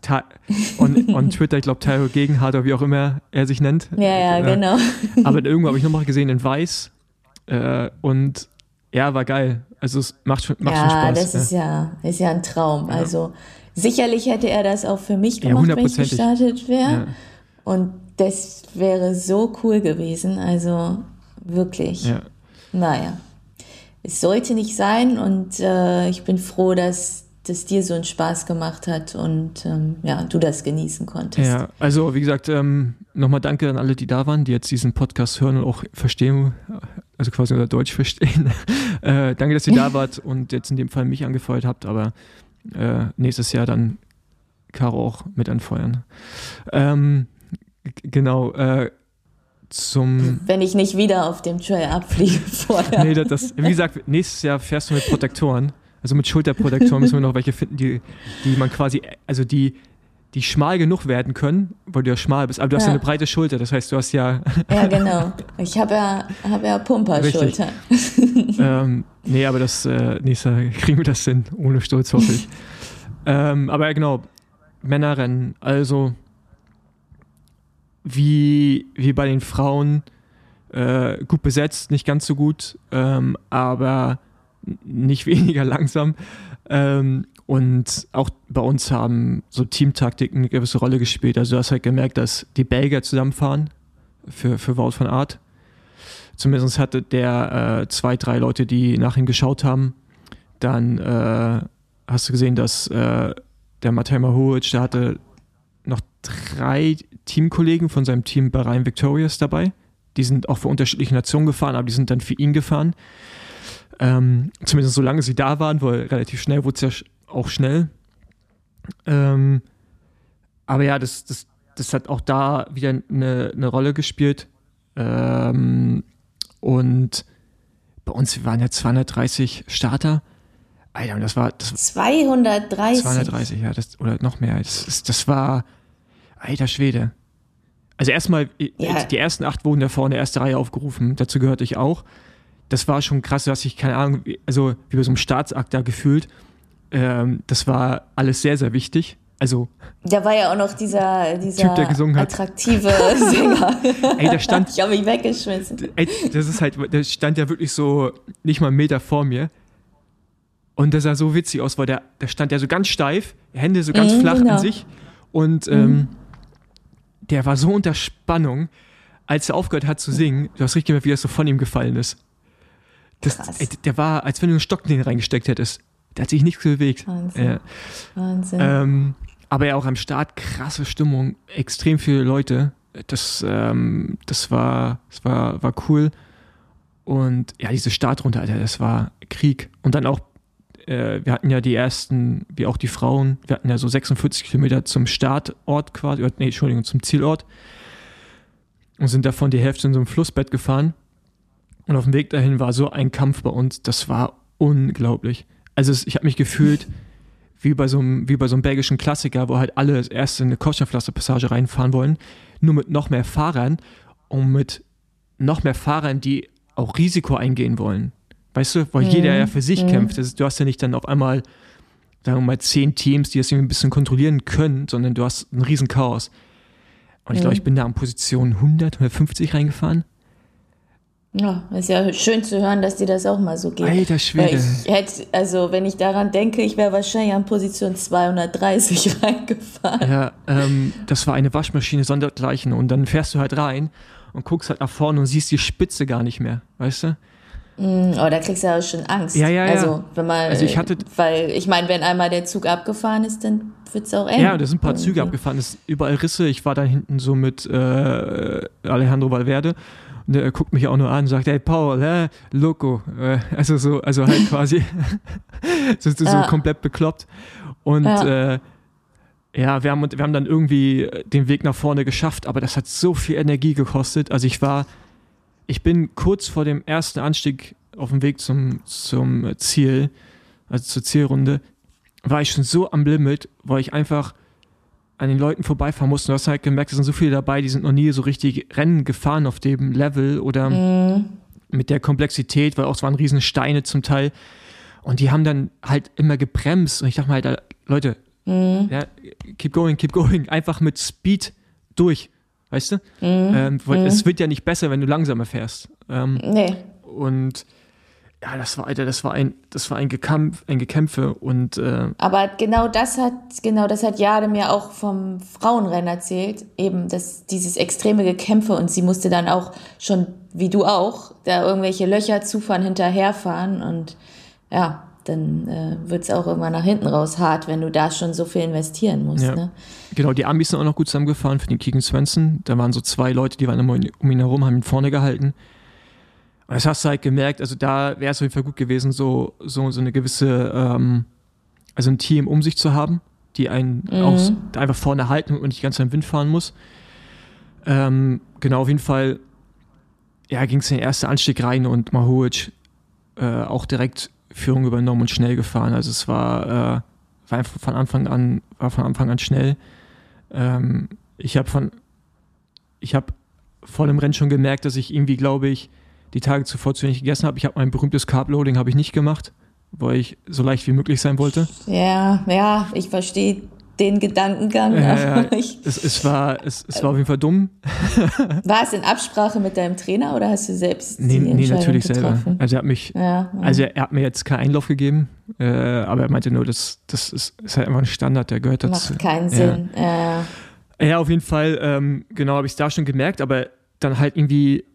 On, on Twitter, ich glaube, Tyro Gegenhardt oder wie auch immer er sich nennt. Ja, ja, äh, genau. Aber irgendwo habe ich nochmal gesehen in Weiß äh, und ja, war geil. Also es macht, macht ja, schon Spaß. Ja, das ist ja, ist ja ein Traum. Ja. Also sicherlich hätte er das auch für mich gemacht, ja, wenn ich gestartet wäre. Ja. Und das wäre so cool gewesen. Also wirklich. Ja. Naja. Es sollte nicht sein und äh, ich bin froh, dass das dir so einen Spaß gemacht hat und ähm, ja, du das genießen konntest. Ja, also wie gesagt, ähm, nochmal danke an alle, die da waren, die jetzt diesen Podcast hören und auch verstehen, also quasi unser Deutsch verstehen. äh, danke, dass ihr da wart und jetzt in dem Fall mich angefeuert habt, aber äh, nächstes Jahr dann Caro auch mit anfeuern. Ähm, g- genau, äh, zum Wenn ich nicht wieder auf dem Trail abfliege vorher. Nee, das, das, wie gesagt, nächstes Jahr fährst du mit Protektoren. Also mit Schulterprotektoren müssen wir noch welche finden, die, die man quasi, also die, die schmal genug werden können, weil du ja schmal bist, aber du hast ja eine breite Schulter, das heißt, du hast ja... Ja, genau. Ich habe ja, hab ja Pumperschulter. ähm, nee, aber das äh, nächstes Jahr kriegen wir das hin, ohne Sturz, hoffe ich. ähm, aber ja, genau, Männerrennen, also wie, wie bei den Frauen, äh, gut besetzt, nicht ganz so gut, ähm, aber nicht weniger langsam. Ähm, und auch bei uns haben so Teamtaktiken eine gewisse Rolle gespielt. Also du hast halt gemerkt, dass die Belgier zusammenfahren für, für Wout van Aert. Zumindest hatte der äh, zwei, drei Leute, die nach ihm geschaut haben. Dann äh, hast du gesehen, dass äh, der Matej Mahujic, der hatte noch drei Teamkollegen von seinem Team Bahrain Victorious dabei. Die sind auch für unterschiedliche Nationen gefahren, aber die sind dann für ihn gefahren. Ähm, zumindest solange sie da waren, weil relativ schnell wurde es ja auch schnell. Ähm, aber ja, das, das, das hat auch da wieder eine, eine Rolle gespielt. Ähm, und bei uns waren ja zweihundertdreißig Starter. Alter, das war... Das zweihundertdreißig? zweihundertdreißig, ja, das, oder noch mehr. Das, das, das war... Alter Schwede. Also erstmal, Ja. die ersten acht wurden davor in der ersten Reihe aufgerufen, dazu gehörte ich auch. Das war schon krass, dass ich, keine Ahnung, also wie bei so einem Staatsakt da gefühlt, ähm, das war alles sehr, sehr wichtig. Also Da war ja auch noch dieser, dieser Typ, der gesungen hat. attraktive Sänger. Ey, da stand, Ich habe mich weggeschmissen. ey, das ist halt, der stand ja wirklich so nicht mal einen Meter vor mir. Und das sah so witzig aus, weil der, der stand ja so ganz steif, Hände so ganz Mhm, flach genau. in sich. Und ähm, der war so unter Spannung, als er aufgehört hat zu singen, du hast richtig gemerkt, wie das so von ihm gefallen ist. Das, Krass. ey, der war, als wenn du einen Stock in den reingesteckt hättest. Der hat sich nichts bewegt. Wahnsinn. Ja. Wahnsinn. Ähm, aber ja auch am Start, krasse Stimmung, extrem viele Leute. Das, ähm, das war, das war, war cool. Und ja, diese Startrunde, Alter, das war Krieg. Und dann auch, äh, wir hatten ja die ersten, wie auch die Frauen, wir hatten ja so sechsundvierzig Kilometer zum Startort quasi, oder, nee, Entschuldigung, zum Zielort. Und sind davon die Hälfte in so einem Flussbett gefahren. Und auf dem Weg dahin war so ein Kampf bei uns, das war unglaublich. Also es, ich habe mich gefühlt wie bei, so einem, wie bei so einem belgischen Klassiker, wo halt alle erst in eine Kopfsteinpflasterpassage reinfahren wollen, nur mit noch mehr Fahrern und mit noch mehr Fahrern, die auch Risiko eingehen wollen. Weißt du, weil Mhm. jeder ja für sich Mhm. kämpft. Das ist, du hast ja nicht dann auf einmal, sagen wir mal, zehn Teams, die das irgendwie ein bisschen kontrollieren können, sondern du hast ein riesen Chaos. Und ich glaube, Mhm. ich bin da an Position hundert, hundertfünfzig reingefahren. Ja, ist ja schön zu hören, dass dir das auch mal so geht. Alter Weil Schwede. ich hätte, also wenn ich daran denke, ich wäre wahrscheinlich an Position zweihundertdreißig reingefahren. Ja, ähm, das war eine Waschmaschine sondergleichen. Und dann fährst du halt rein und guckst halt nach vorne und siehst die Spitze gar nicht mehr, weißt du? Mm, Oh, da kriegst du ja auch schon Angst. Ja, ja, ja. Also, wenn man, Also ich hatte- weil ich meine, wenn einmal der Zug abgefahren ist, dann wird es auch eng. Ja, da sind ein paar Züge irgendwie. abgefahren, es sind überall Risse. Ich war da hinten so mit äh, Alejandro Valverde und der guckt mich auch nur an und sagt, hey Paul, äh, loco. Äh, also so, also halt quasi so, so, Ja. so komplett bekloppt. Und Ja. äh, ja, wir haben, wir haben dann irgendwie den Weg nach vorne geschafft, aber das hat so viel Energie gekostet. Also ich war, ich bin kurz vor dem ersten Anstieg auf dem Weg zum, zum Ziel, also zur Zielrunde, war ich schon so am Limit, weil ich einfach an den Leuten vorbeifahren musste. Du hast halt gemerkt, es sind so viele dabei, die sind noch nie so richtig Rennen gefahren auf dem Level oder Mhm. mit der Komplexität, weil auch es waren riesen Steine zum Teil. Und die haben dann halt immer gebremst. Und ich dachte mal, halt, Leute, Mhm. ja, keep going, keep going. Einfach mit Speed durch. Weißt du? Ähm, weil es wird ja nicht besser, wenn du langsamer fährst. Ähm, Nee. und ja, das war, Alter, das war ein, das war ein Gekampf, ein Gekämpfe und äh, Aber genau das hat, genau das hat Jade mir auch vom Frauenrennen erzählt, eben das, dieses extreme Gekämpfe, und sie musste dann auch schon, wie du auch, da irgendwelche Löcher zufahren, hinterherfahren, und ja, dann äh, wird es auch irgendwann nach hinten raus hart, wenn du da schon so viel investieren musst. Ja. Ne? Genau, die Amis sind auch noch gut zusammengefahren für den Keegan Swenson. Da waren so zwei Leute, die waren immer um ihn herum, haben ihn vorne gehalten. Und das hast du halt gemerkt, also da wäre es auf jeden Fall gut gewesen, so, so, so eine gewisse, ähm, also ein Team um sich zu haben, die einen Mhm. auch so- einfach vorne halten und nicht ganz im Wind fahren muss. Ähm, genau, auf jeden Fall, ja, ging es in den ersten Anstieg rein und Mahoic äh, auch direkt Führung übernommen und schnell gefahren. Also es war, äh, war einfach von Anfang an, war von Anfang an schnell. Ähm, ich habe von, ich habe vor dem Rennen schon gemerkt, dass ich irgendwie, glaube ich, die Tage zuvor zu wenig gegessen habe. Ich habe mein berühmtes Carb-Loading habe ich nicht gemacht, weil ich so leicht wie möglich sein wollte. Ja, ja, ich verstehe den Gedankengang. Äh, aber ich, es, es, war, es, es war auf jeden Fall dumm. war es in Absprache mit deinem Trainer oder hast du selbst Nee, die nee Entscheidung natürlich getroffen? selber. Also er hat mich, Ja, ja. also er hat mir jetzt keinen Einlauf gegeben, äh, aber er meinte nur, das, das ist, ist halt einfach ein Standard, der gehört dazu. Macht keinen Ja. Sinn. Ja. Ja, auf jeden Fall, ähm, genau, habe ich es da schon gemerkt, aber dann halt irgendwie,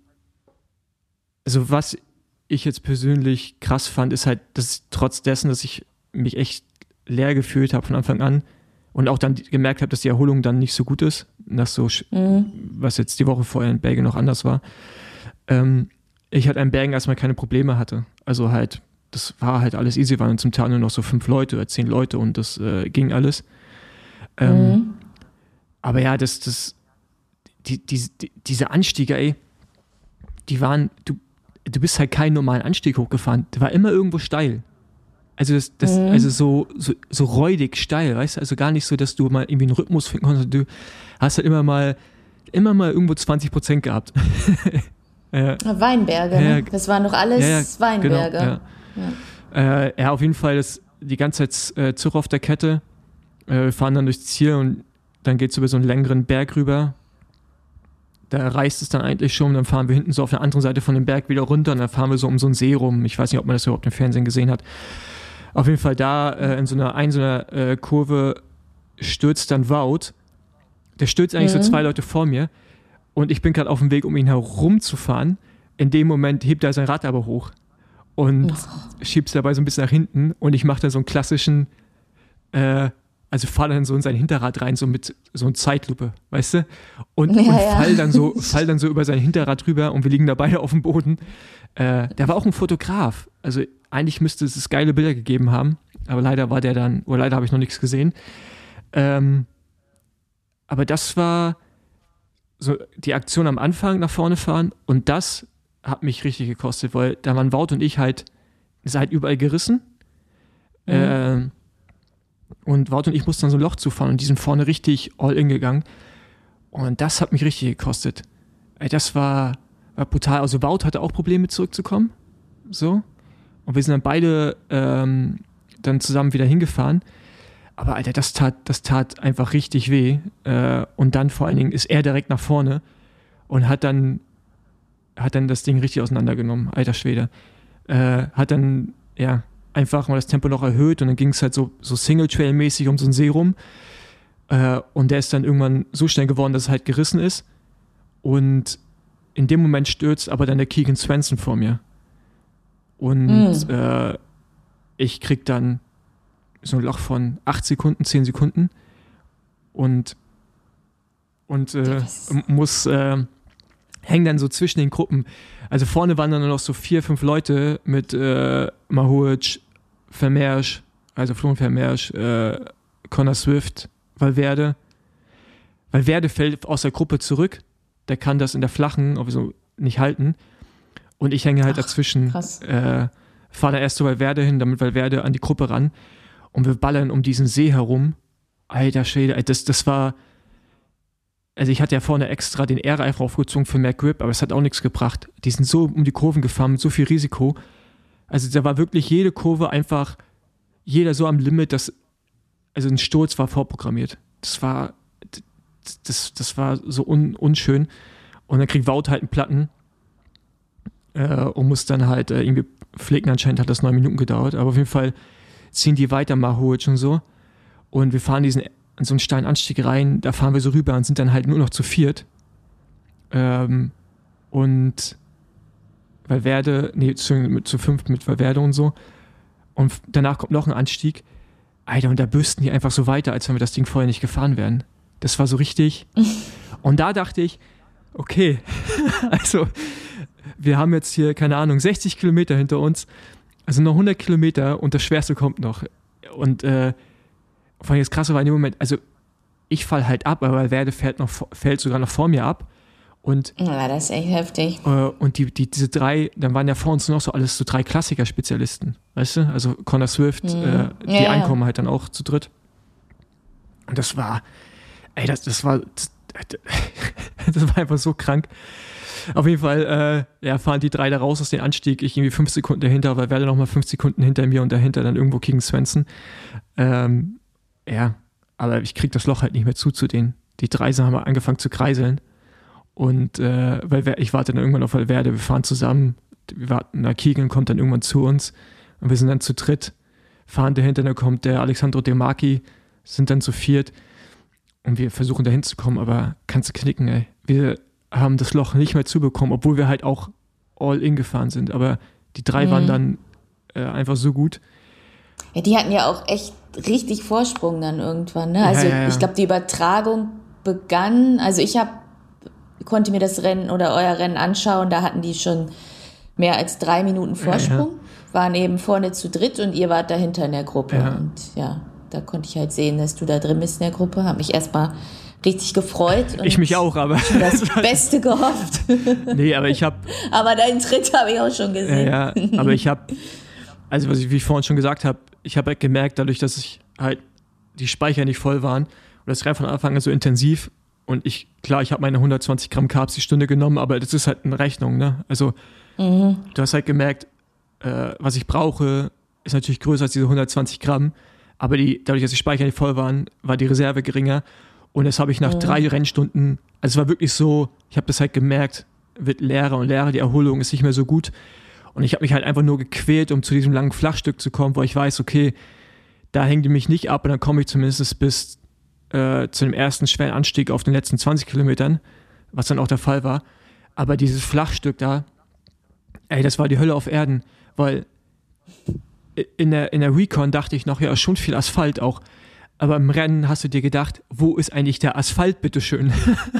also was ich jetzt persönlich krass fand, ist halt, dass trotz dessen, dass ich mich echt leer gefühlt habe von Anfang an und auch dann gemerkt habe, dass die Erholung dann nicht so gut ist, nach so, Mhm. was jetzt die Woche vorher in Belgien noch anders war, ähm, ich halt in Bergen erstmal keine Probleme hatte. Also halt, das war halt alles easy, waren zum Teil nur noch so fünf Leute oder zehn Leute und das äh, ging alles. Ähm, Mhm. Aber ja, das, das, die, die, die, diese Anstiege, ey, die waren, du, du bist halt keinen normalen Anstieg hochgefahren. Der war immer irgendwo steil. Also das, das Mhm. also so, so, so räudig steil, weißt du? Also gar nicht so, dass du mal irgendwie einen Rhythmus finden konntest. Du hast halt immer mal immer mal irgendwo zwanzig Prozent gehabt. äh, Weinberge, ne? Ja, das waren doch alles ja, ja, Weinberge. Genau, ja. Ja. Äh, ja, auf jeden Fall das, die ganze Zeit äh, Zug auf der Kette. Äh, wir fahren dann durchs Ziel und dann geht es über so einen längeren Berg rüber. Da reißt es dann eigentlich schon, dann fahren wir hinten so auf der anderen Seite von dem Berg wieder runter und dann fahren wir so um so einen See rum. Ich weiß nicht, ob man das überhaupt im Fernsehen gesehen hat. Auf jeden Fall da äh, in so einer, ein, so einer äh, Kurve stürzt dann Wout. Der stürzt eigentlich mhm. so zwei Leute vor mir und ich bin gerade auf dem Weg, um ihn herumzufahren. In dem Moment hebt er sein Rad aber hoch und oh. schiebt es dabei so ein bisschen nach hinten und ich mache da so einen klassischen äh, also fahre dann so in sein Hinterrad rein, so mit so einer Zeitlupe, weißt du? Und, ja, und ja. fall dann so, fall dann so über sein Hinterrad rüber und wir liegen da beide auf dem Boden. Äh, der war auch ein Fotograf. Also eigentlich müsste es geile Bilder gegeben haben, aber leider war der dann, oder leider habe ich noch nichts gesehen. Ähm, aber das war so die Aktion am Anfang, nach vorne fahren, und das hat mich richtig gekostet, weil da waren Wout und ich halt, ist halt überall gerissen. Mhm. Äh, Und Wout und ich mussten dann so ein Loch zufahren und die sind vorne richtig all in gegangen. Und das hat mich richtig gekostet. Das war, war brutal. Also Wout hatte auch Probleme zurückzukommen. So. Und wir sind dann beide ähm, dann zusammen wieder hingefahren. Aber Alter, das tat, das tat einfach richtig weh. Äh, und dann vor allen Dingen ist er direkt nach vorne und hat dann, hat dann das Ding richtig auseinandergenommen. Alter Schwede. Äh, hat dann, ja, einfach mal das Tempo noch erhöht und dann ging es halt so, so Single-Trail-mäßig um so einen See rum. Äh, und der ist dann irgendwann so schnell geworden, dass es halt gerissen ist. Und in dem Moment stürzt aber dann der Keegan Swenson vor mir. Und mm. äh, ich krieg dann so ein Loch von acht Sekunden, zehn Sekunden und, und äh, muss äh, hängen dann so zwischen den Gruppen. Also vorne waren dann noch so vier, fünf Leute mit äh, Mahuic, Vermeersch, also Florian Vermeersch, äh, Connor Swift, Valverde. Valverde fällt aus der Gruppe zurück. Der kann das in der flachen also nicht halten. Und ich hänge halt Ach, dazwischen. Äh, fahre da erst zu Valverde hin, damit Valverde an die Gruppe ran. Und wir ballern um diesen See herum. Alter Schwede, das, das war... Also ich hatte ja vorne extra den R-Reifen aufgezogen für mehr Grip, aber es hat auch nichts gebracht. Die sind so um die Kurven gefahren mit so viel Risiko. Also da war wirklich jede Kurve einfach, jeder so am Limit, dass, also ein Sturz war vorprogrammiert. Das war, das, das war so un, unschön. Und dann kriegt Wout halt einen Platten äh, und muss dann halt äh, irgendwie pflegen. Anscheinend hat das neun Minuten gedauert, aber auf jeden Fall ziehen die weiter Mahuic und so. Und wir fahren diesen in so einen steilen Anstieg rein, da fahren wir so rüber und sind dann halt nur noch zu viert. Ähm, und Valverde, nee, zu, zu fünft mit Valverde und so. Und danach kommt noch ein Anstieg. Alter, und da bürsten die einfach so weiter, als wenn wir das Ding vorher nicht gefahren wären. Das war so richtig. Und da dachte ich, okay, also wir haben jetzt hier, keine Ahnung, sechzig Kilometer hinter uns, also noch hundert Kilometer und das Schwerste kommt noch. Und äh, vor allem das Krasse war in dem Moment, also ich fall halt ab, aber Valverde fällt, noch, fällt sogar noch vor mir ab. Und, ja, das ist echt heftig. Äh, und die, die, diese drei, dann waren ja vor uns noch so alles so drei Klassiker-Spezialisten, weißt du? Also Connor Swift, mhm. äh, die ja, Einkommen ja. halt dann auch zu dritt. Und das war, ey, das, das war, das, das war einfach so krank. Auf jeden Fall, äh, ja, fahren die drei da raus aus dem Anstieg, ich irgendwie fünf Sekunden dahinter, Valverde nochmal fünf Sekunden hinter mir und dahinter dann irgendwo Keegan Swenson. Ähm, Ja, aber ich krieg das Loch halt nicht mehr zu zu denen. Die drei haben angefangen zu kreiseln. Und äh, weil ich warte dann irgendwann auf Valverde, wir fahren zusammen, wir warten, na, Keegan kommt dann irgendwann zu uns und wir sind dann zu dritt, fahren dahinter, dann kommt der Alessandro De Marchi, sind dann zu viert und wir versuchen dahin zu kommen, aber kannst du knicken, ey. Wir haben das Loch nicht mehr zubekommen, obwohl wir halt auch all in gefahren sind, aber die drei mhm. waren dann äh, einfach so gut. Ja, die hatten ja auch echt richtig Vorsprung dann irgendwann, ne? Also ja, ja, ja. ich glaube, die Übertragung begann, also ich hab, konnte mir das Rennen oder euer Rennen anschauen, da hatten die schon mehr als drei Minuten Vorsprung, ja, ja. waren eben vorne zu dritt und ihr wart dahinter in der Gruppe. Ja. Und ja, da konnte ich halt sehen, dass du da drin bist in der Gruppe, habe mich erstmal richtig gefreut. Und ich mich auch, aber das Beste gehofft. Nee, aber ich habe... Aber deinen Tritt habe ich auch schon gesehen. Ja, ja aber ich habe, also was ich, wie ich vorhin schon gesagt habe, ich habe halt gemerkt, dadurch, dass ich halt die Speicher nicht voll waren und das Rennen von Anfang an so intensiv Und ich, klar, ich habe meine hundertzwanzig Gramm Carbs die Stunde genommen, aber das ist halt eine Rechnung, ne? Also mhm. du hast halt gemerkt, äh, was ich brauche, ist natürlich größer als diese hundertzwanzig Gramm, aber die, dadurch, dass die Speicher nicht voll waren, war die Reserve geringer. Und das habe ich nach mhm. drei Rennstunden, also es war wirklich so, ich habe das halt gemerkt, wird leerer und leerer, die Erholung ist nicht mehr so gut. Und ich habe mich halt einfach nur gequält, um zu diesem langen Flachstück zu kommen, wo ich weiß, okay, da hängt die mich nicht ab und dann komme ich zumindest bis äh, zu dem ersten schweren Anstieg auf den letzten zwanzig Kilometern, was dann auch der Fall war. Aber dieses Flachstück da, ey, das war die Hölle auf Erden, weil in der, in der Recon dachte ich noch, ja, schon viel Asphalt auch. Aber im Rennen hast du dir gedacht, wo ist eigentlich der Asphalt, bitteschön?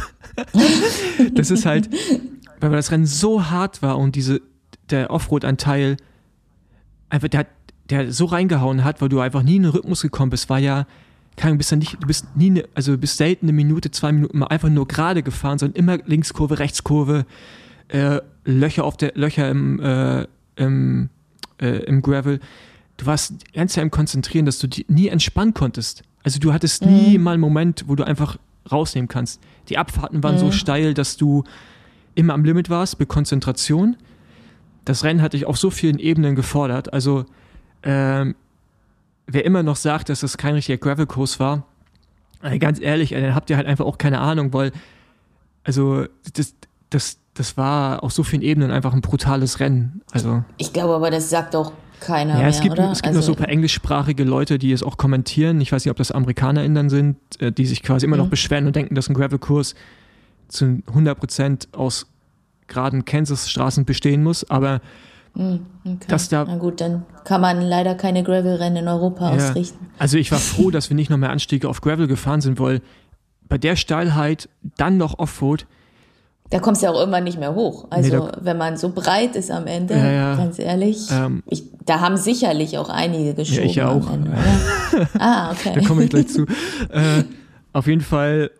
Das ist halt, weil das Rennen so hart war und diese, der Offroad-Anteil einfach, der, der so reingehauen hat, weil du einfach nie in den Rhythmus gekommen bist, war ja, kann, bist ja nicht, du bist nie, eine, also du bist selten eine Minute, zwei Minuten mal einfach nur gerade gefahren, sondern immer Linkskurve, Rechtskurve, äh, Löcher auf der, Löcher im, äh, im, äh, im Gravel. Du warst die ganze Zeit im Konzentrieren, dass du die nie entspannen konntest. Also du hattest mhm. nie mal einen Moment, wo du einfach rausnehmen kannst. Die Abfahrten waren mhm. so steil, dass du immer am Limit warst mit Konzentration. Das Rennen hat dich auf so vielen Ebenen gefordert. Also ähm, wer immer noch sagt, dass das kein richtiger Gravel-Kurs war, äh, ganz ehrlich, äh, dann habt ihr halt einfach auch keine Ahnung, weil also das, das, das war auf so vielen Ebenen einfach ein brutales Rennen. Also ich glaube aber, das sagt auch keiner ja, mehr, es gibt, oder? Es gibt also, noch so ein paar englischsprachige Leute, die es auch kommentieren. Ich weiß nicht, ob das AmerikanerInnen sind, die sich quasi immer mhm. noch beschweren und denken, dass ein Gravel-Kurs zu hundert Prozent aus geraden Kansas-Straßen bestehen muss. Aber mhm, okay. dass da... Na gut, dann kann man leider keine Gravel-Rennen in Europa ja, ausrichten. Also ich war froh, dass wir nicht noch mehr Anstiege auf Gravel gefahren sind, weil bei der Steilheit dann noch Offroad, da kommst du ja auch irgendwann nicht mehr hoch. Also nee, da, wenn man so breit ist am Ende, ja, ja. ganz ehrlich, ähm, ich, da haben sicherlich auch einige geschoben. Ja, ich auch. Am Ende, oder? Ah, okay. Da komme ich gleich zu. äh, auf jeden Fall,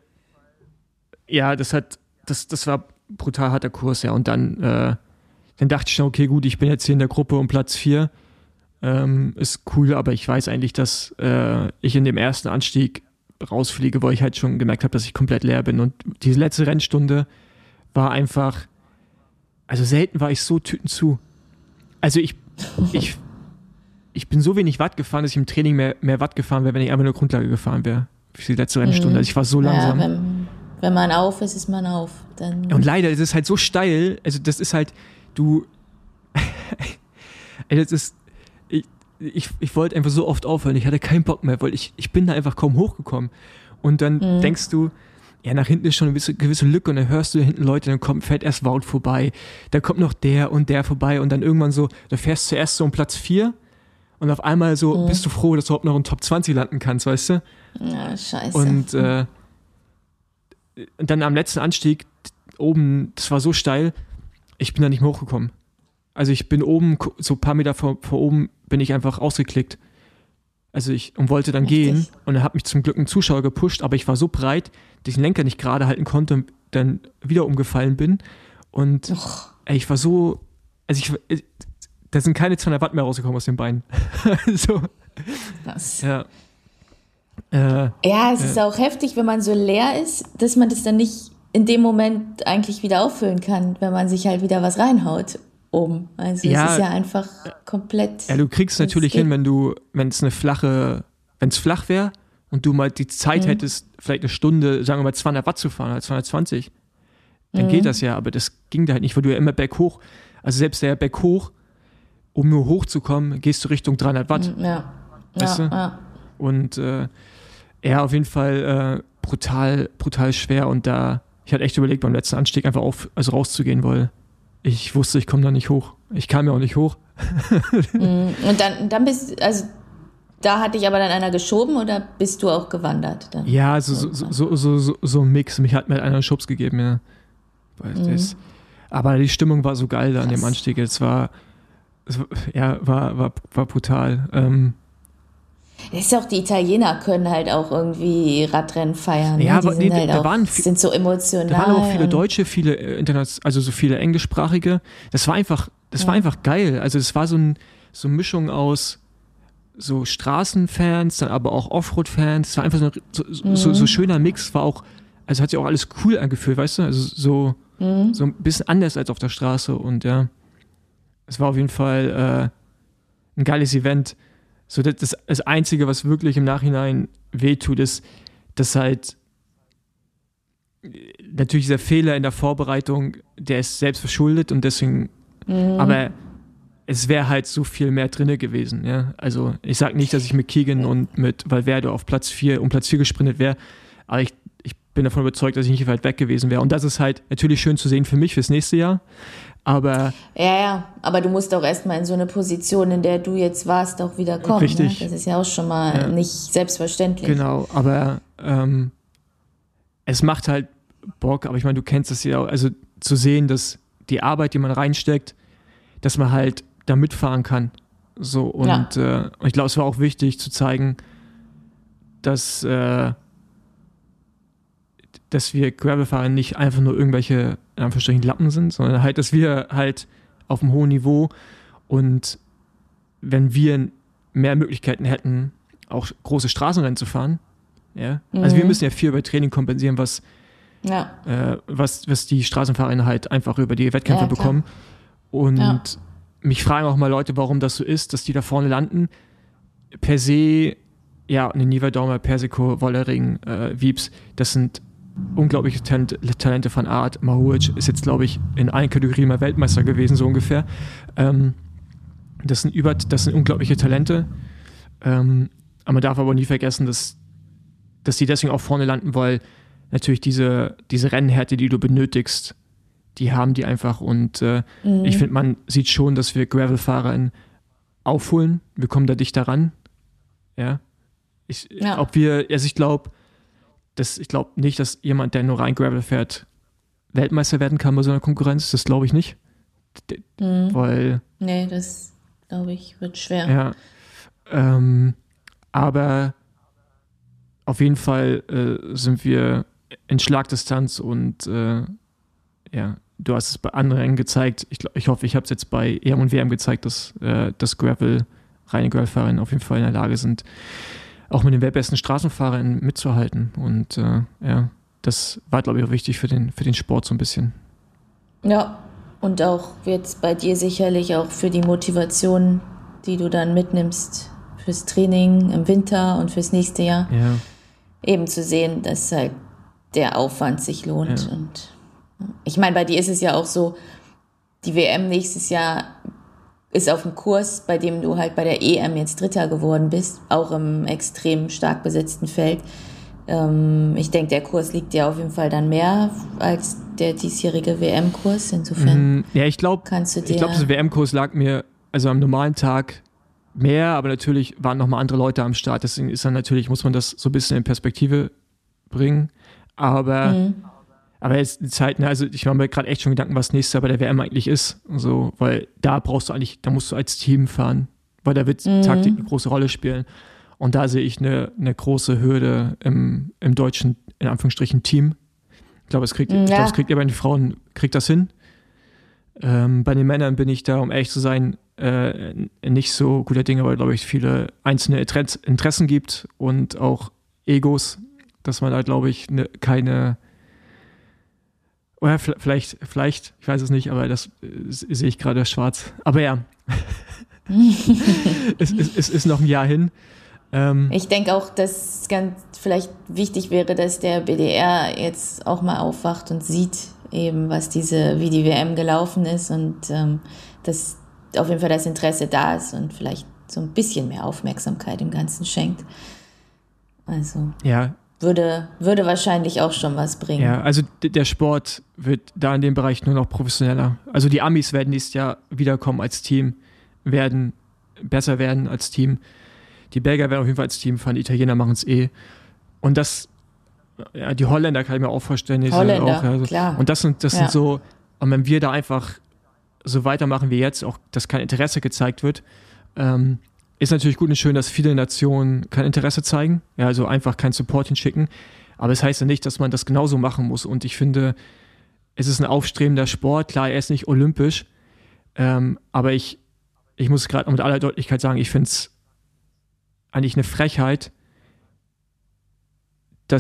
ja, das hat, das, das war ein brutal harter Kurs, ja. Und dann, äh, dann dachte ich schon, okay, gut, ich bin jetzt hier in der Gruppe um Platz vier. Ähm, ist cool, aber ich weiß eigentlich, dass äh, ich in dem ersten Anstieg rausfliege, wo ich halt schon gemerkt habe, dass ich komplett leer bin. Und diese letzte Rennstunde war einfach, also selten war ich so tütenzu. Also ich, ich, ich bin so wenig Watt gefahren, dass ich im Training mehr, mehr Watt gefahren wäre, wenn ich einfach nur Grundlage gefahren wäre. Für die letzte Rennstunde. Also ich war so langsam. Ja, wenn, wenn man auf ist, ist man auf. Dann und leider, es ist halt so steil, also das ist halt, du, das ist, ich, ich, ich wollte einfach so oft aufhören, ich hatte keinen Bock mehr, weil ich, ich bin da einfach kaum hochgekommen. Und dann mhm. denkst du, ja, nach hinten ist schon eine gewisse, gewisse Lücke und dann hörst du hinten Leute, dann kommt, fährt erst Wout vorbei, dann kommt noch der und der vorbei und dann irgendwann so, du fährst zuerst so um Platz vier und auf einmal so mhm. bist du froh, dass du überhaupt noch in Top zwanzig landen kannst, weißt du? Ja, scheiße. Und, äh, und dann am letzten Anstieg oben, das war so steil, ich bin da nicht mehr hochgekommen. Also ich bin oben, so ein paar Meter vor, vor oben, bin ich einfach ausgeklickt. Also ich und wollte dann Richtig? gehen und dann hat mich zum Glück ein Zuschauer gepusht, aber ich war so breit, dass ich den Lenker nicht gerade halten konnte und dann wieder umgefallen bin. Und ey, ich war so, also ich, da sind keine zweihundert Watt mehr rausgekommen aus den Beinen. so. Was? Ja. Äh, ja, es äh, ist auch heftig, wenn man so leer ist, dass man das dann nicht in dem Moment eigentlich wieder auffüllen kann, wenn man sich halt wieder was reinhaut. Oben. Also ja, es ist ja einfach komplett... Ja, du kriegst natürlich hin, wenn du, wenn es eine flache, wenn es flach wäre und du mal die Zeit mhm. hättest, vielleicht eine Stunde, sagen wir mal zweihundert Watt zu fahren, oder zweihundertzwanzig, dann mhm. geht das ja, aber das ging da halt nicht, weil du ja immer berghoch, also selbst der berghoch, um nur hochzukommen, gehst du Richtung dreihundert Watt. Ja, weißt ja, du? ja. Und äh, ja, auf jeden Fall äh, brutal, brutal schwer und da, ich hatte echt überlegt, beim letzten Anstieg einfach auf, also rauszugehen, weil ich wusste, ich komme da nicht hoch. Ich kam ja auch nicht hoch. Und dann, dann bist also da hat dich aber dann einer geschoben oder bist du auch gewandert? Dann ja, so, so, so, so, so, so ein Mix. Mich hat mir einer einen Schubs gegeben, ja. Mhm. Das, aber die Stimmung war so geil da an dem Anstieg. Es war, es war, ja, war, war, war brutal. Ähm, Das ist auch, die Italiener können halt auch irgendwie Radrennen feiern. Ja, ne? Die aber sind nee, halt da auch, waren sind so emotional. Da waren auch viele Deutsche, viele Internet, also so viele englischsprachige. Das war einfach, das ja. war einfach geil. Also es war so, ein, so eine Mischung aus so Straßenfans, dann aber auch Offroad-Fans. Es war einfach so, so, mhm. so, so schöner Mix. War auch also hat sich auch alles cool angefühlt, weißt du? Also so, mhm. so ein bisschen anders als auf der Straße und ja, es war auf jeden Fall äh, ein geiles Event. So das, das, das Einzige, was wirklich im Nachhinein wehtut, ist, dass halt natürlich dieser Fehler in der Vorbereitung, der ist selbst verschuldet und deswegen, mhm. aber es wäre halt so viel mehr drinne gewesen, ja. Also ich sag nicht, dass ich mit Keegan und mit Valverde auf Platz vier, um Platz vier gesprintet wäre, aber ich, ich bin davon überzeugt, dass ich nicht weit weg gewesen wäre. Und das ist halt natürlich schön zu sehen für mich fürs nächste Jahr, aber... Ja, ja, aber du musst auch erstmal in so eine Position, in der du jetzt warst, auch wieder kommen. Richtig. Ne? Das ist ja auch schon mal ja. nicht selbstverständlich. Genau, aber ähm, es macht halt Bock, aber ich meine, du kennst es ja auch, also zu sehen, dass die Arbeit, die man reinsteckt, dass man halt da mitfahren kann. So, und ja. äh, ich glaube, es war auch wichtig zu zeigen, dass, äh, dass wir Gravelfahrer nicht einfach nur irgendwelche, in Anführungsstrichen, Lappen sind, sondern halt, dass wir halt auf einem hohen Niveau und wenn wir mehr Möglichkeiten hätten, auch große Straßenrennen zu fahren, ja, mhm. also wir müssen ja viel über Training kompensieren, was, ja. äh, was, was die Straßenfahrer halt einfach über die Wettkämpfe ja, bekommen. Und ja. mich fragen auch mal Leute, warum das so ist, dass die da vorne landen. Per se, ja, eine Nieverdaumer, Persico, Wollering, äh, Wiebs, das sind unglaubliche Talent, Talente von Art. Mahuic ist jetzt, glaube ich, in allen Kategorien mal Weltmeister gewesen, so ungefähr. Ähm, das sind über, das sind unglaubliche Talente. Ähm, aber man darf aber nie vergessen, dass, dass die deswegen auch vorne landen, weil natürlich diese, diese Rennhärte, die du benötigst, die haben die einfach und äh, mhm. ich finde, man sieht schon, dass wir Gravel-Fahrer aufholen. Wir kommen da dichter ran. Ja. Ich, ja. Ob wir, also ich glaube, ich glaube nicht, dass jemand, der nur rein Gravel fährt, Weltmeister werden kann bei so einer Konkurrenz. Das glaube ich nicht. D- mhm. Weil. Nee, das glaube ich, wird schwer. Ja. Ähm, aber auf jeden Fall äh, sind wir in Schlagdistanz und äh, ja, du hast es bei anderen Rennen gezeigt. Ich, ich hoffe, ich habe es jetzt bei E M und W M gezeigt, dass, äh, dass Gravel, reine Gravelfahrer auf jeden Fall in der Lage sind, auch mit den weltbesten Straßenfahrern mitzuhalten. Und äh, ja, das war, glaube ich, auch wichtig für den, für den Sport so ein bisschen. Ja, und auch jetzt bei dir sicherlich auch für die Motivation, die du dann mitnimmst fürs Training im Winter und fürs nächste Jahr. Ja. Eben zu sehen, dass halt der Aufwand sich lohnt. Ja. Und ich meine, bei dir ist es ja auch so, die W M nächstes Jahr ist auf dem Kurs, bei dem du halt bei der E M jetzt Dritter geworden bist, auch im extrem stark besetzten Feld. Ähm, ich denke, der Kurs liegt dir auf jeden Fall dann mehr als der diesjährige W M-Kurs. Insofern ja, ich glaube, kannst du dir... Ich glaube, der W M-Kurs lag mir also am normalen Tag mehr, aber natürlich waren nochmal andere Leute am Start. Deswegen ist dann natürlich, muss man das so ein bisschen in Perspektive bringen. Aber... Mhm. Aber jetzt die Zeit, ne, also ich mache mir gerade echt schon Gedanken, was nächstes Jahr bei der W M eigentlich ist. So, weil da brauchst du eigentlich, da musst du als Team fahren, weil da wird mhm. Taktik eine große Rolle spielen. Und da sehe ich eine, eine große Hürde im, im deutschen, in Anführungsstrichen, Team. Ich glaube, es kriegt, ja. ich glaube, es kriegt ihr bei den Frauen, kriegt das hin. Ähm, bei den Männern bin ich da, um ehrlich zu sein, äh, nicht so guter Dinge, weil, glaube ich, viele einzelne Interessen gibt und auch Egos, dass man da, glaube ich, ne, keine Oder vielleicht, vielleicht, ich weiß es nicht, aber das äh, sehe ich gerade schwarz. Aber ja, es, es, es ist noch ein Jahr hin. Ähm, ich denke auch, dass es ganz vielleicht wichtig wäre, dass der B D R jetzt auch mal aufwacht und sieht eben, was diese, wie die W M gelaufen ist und ähm, dass auf jeden Fall das Interesse da ist und vielleicht so ein bisschen mehr Aufmerksamkeit dem Ganzen schenkt. Also. Ja. Würde, würde wahrscheinlich auch schon was bringen. Ja, also d- der Sport wird da in dem Bereich nur noch professioneller. Also die Amis werden nächstes Jahr wiederkommen als Team, werden besser werden als Team. Die Belgier werden auf jeden Fall als Team fahren, die Italiener machen es eh. Und das, ja, die Holländer kann ich mir auch vorstellen. Die Holländer, auch, also, klar. Und das sind, das ja. sind so, und wenn wir da einfach so weitermachen wie jetzt, auch dass kein Interesse gezeigt wird, ähm, ist natürlich gut und schön, dass viele Nationen kein Interesse zeigen, ja, also einfach kein Support hinschicken, aber es das heißt ja nicht, dass man das genauso machen muss und ich finde, es ist ein aufstrebender Sport, klar, er ist nicht olympisch, ähm, aber ich, ich muss gerade mit aller Deutlichkeit sagen, ich finde es eigentlich eine Frechheit, dass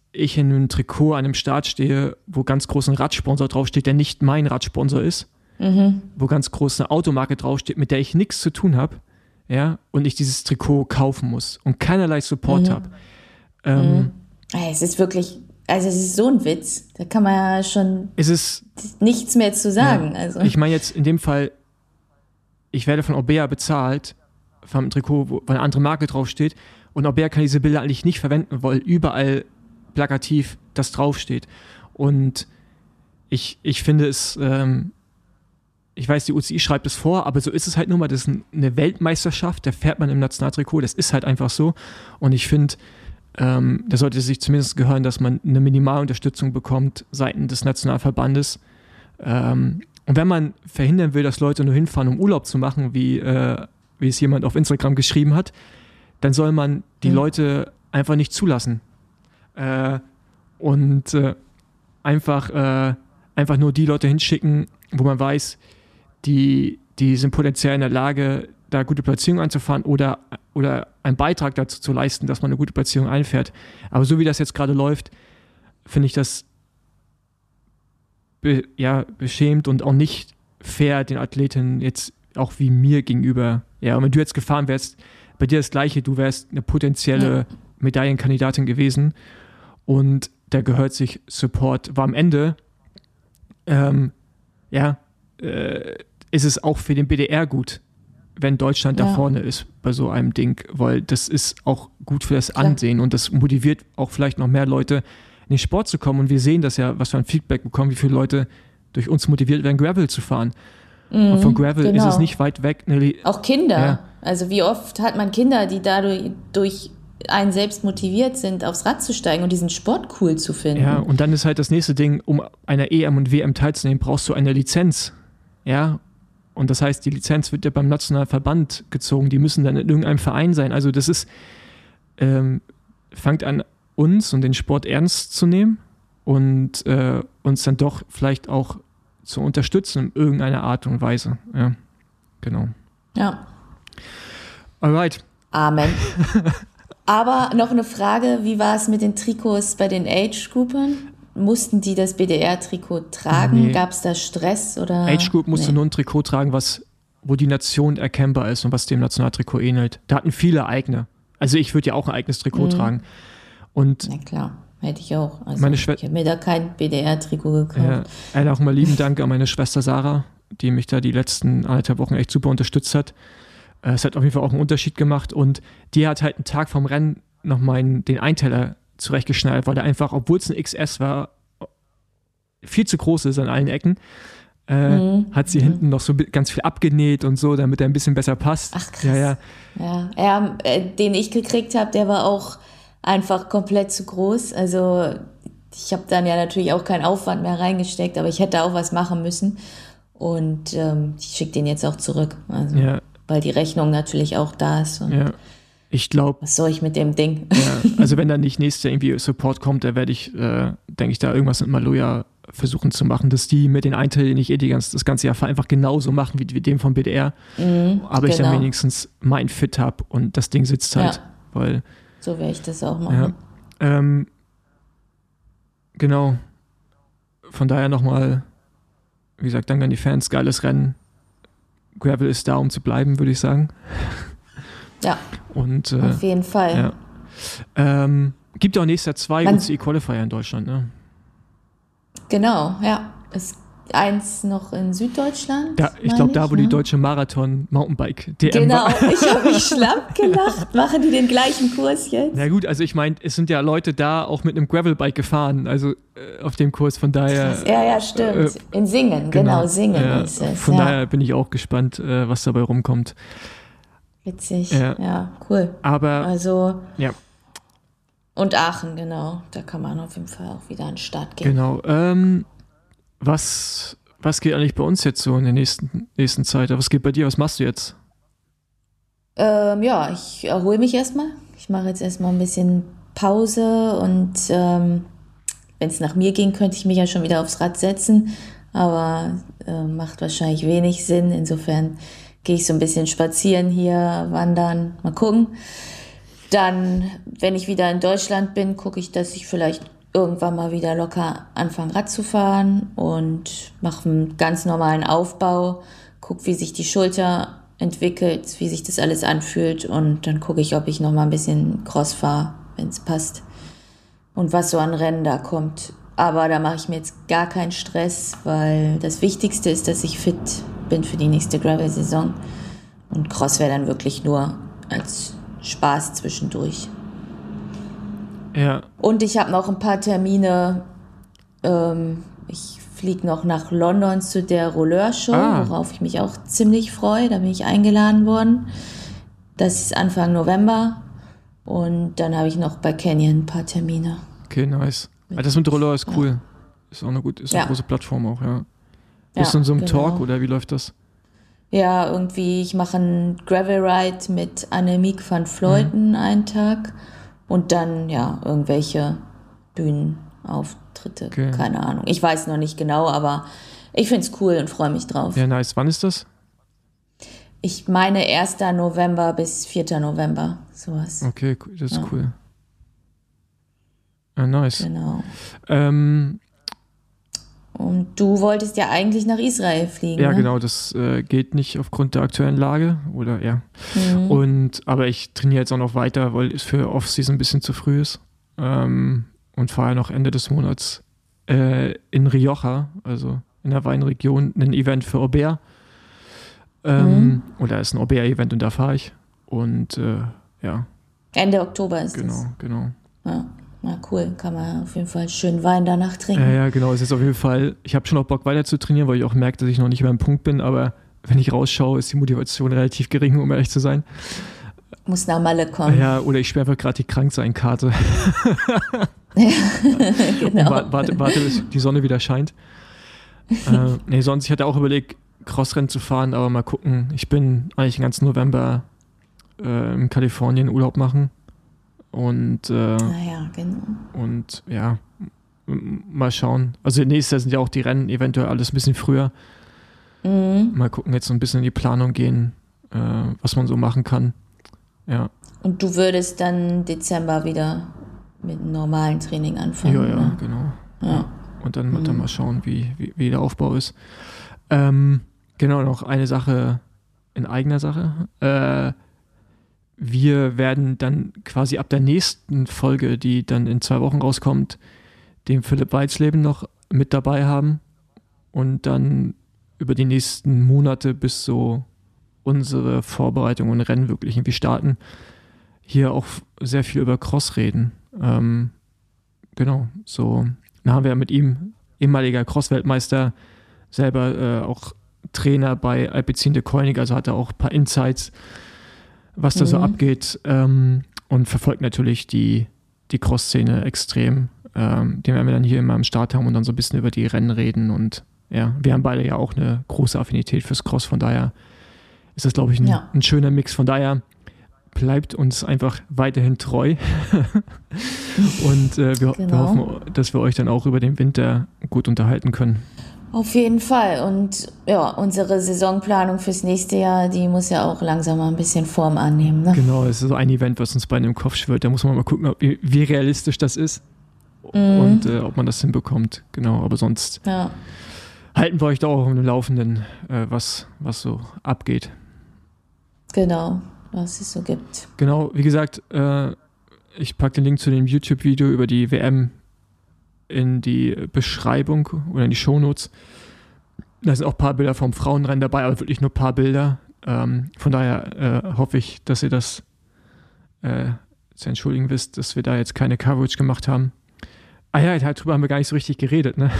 ich in einem Trikot an einem Start stehe, wo ganz groß ein Radsponsor draufsteht, der nicht mein Radsponsor ist, mhm. wo ganz groß eine Automarke draufsteht, mit der ich nichts zu tun habe, ja, und ich dieses Trikot kaufen muss und keinerlei Support Mhm. habe. Ähm, Mhm. Es ist wirklich, also es ist so ein Witz, da kann man ja schon es ist, nichts mehr zu sagen. ja, Also. ich meine jetzt in dem Fall, ich werde von Orbea bezahlt, von einem Trikot, wo eine andere Marke draufsteht, und Orbea kann diese Bilder eigentlich nicht verwenden, weil überall plakativ das draufsteht. Und ich, ich finde es, ähm, ich weiß, die U C I schreibt es vor, aber so ist es halt nun mal, das ist eine Weltmeisterschaft, da fährt man im Nationaltrikot, das ist halt einfach so. Und ich finde, ähm, da sollte sich zumindest gehören, dass man eine Minimalunterstützung bekommt seitens des Nationalverbandes. Ähm, und wenn man verhindern will, dass Leute nur hinfahren, um Urlaub zu machen, wie, äh, wie es jemand auf Instagram geschrieben hat, dann soll man die mhm. Leute einfach nicht zulassen. Äh, und äh, einfach, äh, einfach nur die Leute hinschicken, wo man weiß, die, die sind potenziell in der Lage, da gute Platzierungen einzufahren oder, oder einen Beitrag dazu zu leisten, dass man eine gute Platzierung einfährt. Aber so wie das jetzt gerade läuft, finde ich das be, ja, beschämt und auch nicht fair den Athletinnen jetzt auch wie mir gegenüber. Ja, und wenn du jetzt gefahren wärst, bei dir das Gleiche, du wärst eine potenzielle ja. Medaillenkandidatin gewesen und da gehört sich Support. War am Ende, ähm, ja, äh, ist es auch für den B D R gut, wenn Deutschland ja. da vorne ist bei so einem Ding, weil das ist auch gut für das Ansehen Klar. und das motiviert auch vielleicht noch mehr Leute in den Sport zu kommen und wir sehen das ja, was wir an Feedback bekommen, wie viele Leute durch uns motiviert werden, Gravel zu fahren. Mhm, und von Gravel genau. ist es nicht weit weg. Eine, auch Kinder. Ja. Also wie oft hat man Kinder, die dadurch durch einen selbst motiviert sind, aufs Rad zu steigen und diesen Sport cool zu finden. Ja, und dann ist halt das nächste Ding, um einer E M und W M teilzunehmen, brauchst du eine Lizenz. Ja, und das heißt, die Lizenz wird ja beim Nationalverband gezogen, die müssen dann in irgendeinem Verein sein. Also das ist, ähm, fängt an, uns und den Sport ernst zu nehmen und äh, uns dann doch vielleicht auch zu unterstützen in irgendeiner Art und Weise. Ja, genau. Ja. Alright. Amen. Aber noch eine Frage, wie war es mit den Trikots bei den Age-Groupern? Mussten die das B D R-Trikot tragen? Nee. Gab es da Stress? Oder? Age-Group musste nee. nur ein Trikot tragen, was, wo die Nation erkennbar ist und was dem Nationaltrikot ähnelt. Da hatten viele eigene. Also ich würde ja auch ein eigenes Trikot mhm. tragen. Und na klar, hätte ich auch. Also meine Schwe- ich habe mir da kein B D R-Trikot gekauft. Ja, auch mal lieben Dank an meine Schwester Sarah, die mich da die letzten anderthalb Wochen echt super unterstützt hat. Es hat auf jeden Fall auch einen Unterschied gemacht und die hat halt einen Tag vom Rennen noch meinen, den Einteiler zurechtgeschnallt, weil der einfach, obwohl es ein X S war, viel zu groß ist an allen Ecken, äh, mhm. hat sie mhm. hinten noch so ganz viel abgenäht und so, damit er ein bisschen besser passt. Ach krass. Ja, ja. ja. ja äh, den ich gekriegt habe, der war auch einfach komplett zu groß. Also ich habe dann ja natürlich auch keinen Aufwand mehr reingesteckt, aber ich hätte auch was machen müssen und ähm, ich schicke den jetzt auch zurück. Also, ja. Weil die Rechnung natürlich auch da ist. Und ja. Ich glaube. Was soll ich mit dem Ding? Ja, also wenn da nicht nächste irgendwie Support kommt, da werde ich, äh, denke ich, da irgendwas mit Maloja versuchen zu machen, dass die mit den Einteilen nicht eh die ganz, das ganze Jahr einfach genauso machen wie, wie dem vom B D R. Mhm, aber genau. ich dann wenigstens mein Fit habe und das Ding sitzt halt. Ja. Weil, so werde ich das auch machen. Ja, ähm, genau. Von daher nochmal, wie gesagt, danke an die Fans, geiles Rennen. Gravel ist da, um zu bleiben, würde ich sagen. Ja, und, äh, auf jeden Fall. Ja. Ähm, gibt ja auch nächstes Jahr zwei Man, U C I-Qualifier in Deutschland, ne? Genau, ja. Es eins noch in Süddeutschland. Da, ich glaube, da, wo ne? die deutsche Marathon-Mountainbike-D M genau, war. Genau, ich habe mich schlapp gelacht. Machen die den gleichen Kurs jetzt? Na gut, also ich meine, es sind ja Leute da auch mit einem Gravelbike gefahren, also äh, auf dem Kurs, von daher... Krass. Ja, ja, stimmt. Äh, in Singen, genau, genau Singen äh, ist es. Von ja. daher bin ich auch gespannt, äh, was dabei rumkommt. Witzig, ja, ja cool. Aber, also, ja. Und Aachen, genau, da kann man auf jeden Fall auch wieder an den Start gehen. Genau, ähm, was, was geht eigentlich bei uns jetzt so in der nächsten, nächsten Zeit? Was geht bei dir, was machst du jetzt? Ähm, ja, ich erhole mich erstmal. Ich mache jetzt erstmal ein bisschen Pause und ähm, wenn es nach mir ging, könnte ich mich ja schon wieder aufs Rad setzen, aber äh, macht wahrscheinlich wenig Sinn, insofern gehe ich so ein bisschen spazieren hier, wandern, mal gucken. Dann, wenn ich wieder in Deutschland bin, gucke ich, dass ich vielleicht irgendwann mal wieder locker anfangen Rad zu fahren und mache einen ganz normalen Aufbau, gucke, wie sich die Schulter entwickelt, wie sich das alles anfühlt und dann gucke ich, ob ich noch mal ein bisschen Cross fahre, wenn es passt und was so an Rennen da kommt. Aber da mache ich mir jetzt gar keinen Stress, weil das Wichtigste ist, dass ich fit bin für die nächste Gravel-Saison und Cross wäre dann wirklich nur als Spaß zwischendurch. Ja. Und ich habe noch ein paar Termine. Ähm, ich fliege noch nach London zu der Rolleur-Show, ah. worauf ich mich auch ziemlich freue. Da bin ich eingeladen worden. Das ist Anfang November. Und dann habe ich noch bei Canyon ein paar Termine. Okay, nice. Mit, das mit Rolleur ist cool. Ja. Ist auch eine gute, ist eine ja. große Plattform auch, ja. Bist du ja, in so einem genau. Talk oder wie läuft das? Ja, irgendwie, ich mache einen Gravel-Ride mit Annemiek van Vleuten mhm. einen Tag. Und dann, ja, irgendwelche Bühnenauftritte, okay. keine Ahnung. Ich weiß noch nicht genau, aber ich finde es cool und freue mich drauf. Ja, nice. Wann ist das? Ich meine erster November bis vierter November, sowas. Okay, das ist ja. cool. Ja, nice. Genau. Ähm, und du wolltest ja eigentlich nach Israel fliegen, Ja, ne? genau, das äh, geht nicht aufgrund der aktuellen Lage, oder ja. Mhm. Und, aber ich trainiere jetzt auch noch weiter, weil es für Off-Season ein bisschen zu früh ist. Ähm, und fahre noch Ende des Monats äh, in Rioja, also in der Weinregion, ein Event für Aubert. Ähm, mhm. Oder ist ein Aubert-Event und da fahre ich. Und äh, ja. Ende Oktober ist genau, das. Genau, genau. Ja. Na cool, kann man auf jeden Fall schön Wein danach trinken. Ja, ja, genau, es ist auf jeden Fall, ich habe schon noch Bock weiter zu trainieren, weil ich auch merke, dass ich noch nicht über dem Punkt bin, aber wenn ich rausschaue, ist die Motivation relativ gering, um ehrlich zu sein. Muss nach Malle kommen. Ja, oder ich spiele einfach gerade die Kranksein-Karte. Ja, genau. Und warte, warte, warte, bis die Sonne wieder scheint. äh, nee, sonst, ich hatte auch überlegt, Crossrennen zu fahren, aber mal gucken. Ich bin eigentlich den ganzen November äh, in Kalifornien Urlaub machen. Und, äh, ah ja, genau. und ja, m- mal schauen. Also nächstes Jahr sind ja auch die Rennen eventuell alles ein bisschen früher. Mhm. Mal gucken, jetzt so ein bisschen in die Planung gehen, äh, was man so machen kann. Ja. Und du würdest dann Dezember wieder mit einem normalen Training anfangen? Ja, ja, ne? genau. Ja. Und dann, mhm. dann mal schauen, wie, wie, wie der Aufbau ist. Ähm, genau, noch eine Sache in eigener Sache. Äh, Wir werden dann quasi ab der nächsten Folge, die dann in zwei Wochen rauskommt, den Philipp Weitsleben noch mit dabei haben und dann über die nächsten Monate bis so unsere Vorbereitung und Rennen wirklich irgendwie starten, hier auch sehr viel über Cross reden. Ähm, genau, so. Dann haben wir mit ihm, ehemaliger Cross-Weltmeister, selber äh, auch Trainer bei Alpecin de Koenig, also hat er auch ein paar Insights, was da mhm. so abgeht, ähm, und verfolgt natürlich die, die Cross-Szene extrem. Ähm, den werden wir dann hier immer am Start haben und dann so ein bisschen über die Rennen reden und ja, wir haben beide ja auch eine große Affinität fürs Cross, von daher ist das, glaube ich, ein, ja. ein schöner Mix. Von daher bleibt uns einfach weiterhin treu und äh, wir, genau. wir hoffen, dass wir euch dann auch über den Winter gut unterhalten können. Auf jeden Fall. Und ja, unsere Saisonplanung fürs nächste Jahr, die muss ja auch langsam mal ein bisschen Form annehmen. Ne? Genau, es ist so ein Event, was uns beide im Kopf schwirrt. Da muss man mal gucken, ob, wie realistisch das ist mhm. und äh, ob man das hinbekommt. Genau, aber sonst ja. halten wir euch da auch auf dem Laufenden, äh, was, was so abgeht. Genau, was es so gibt. Genau, wie gesagt, äh, ich packe den Link zu dem YouTube-Video über die W M in die Beschreibung oder in die Shownotes. Da sind auch ein paar Bilder vom Frauenrennen dabei, aber wirklich nur ein paar Bilder. Ähm, von daher äh, hoffe ich, dass ihr das äh, zu entschuldigen wisst, dass wir da jetzt keine Coverage gemacht haben. Ah ja, darüber haben wir gar nicht so richtig geredet, ne?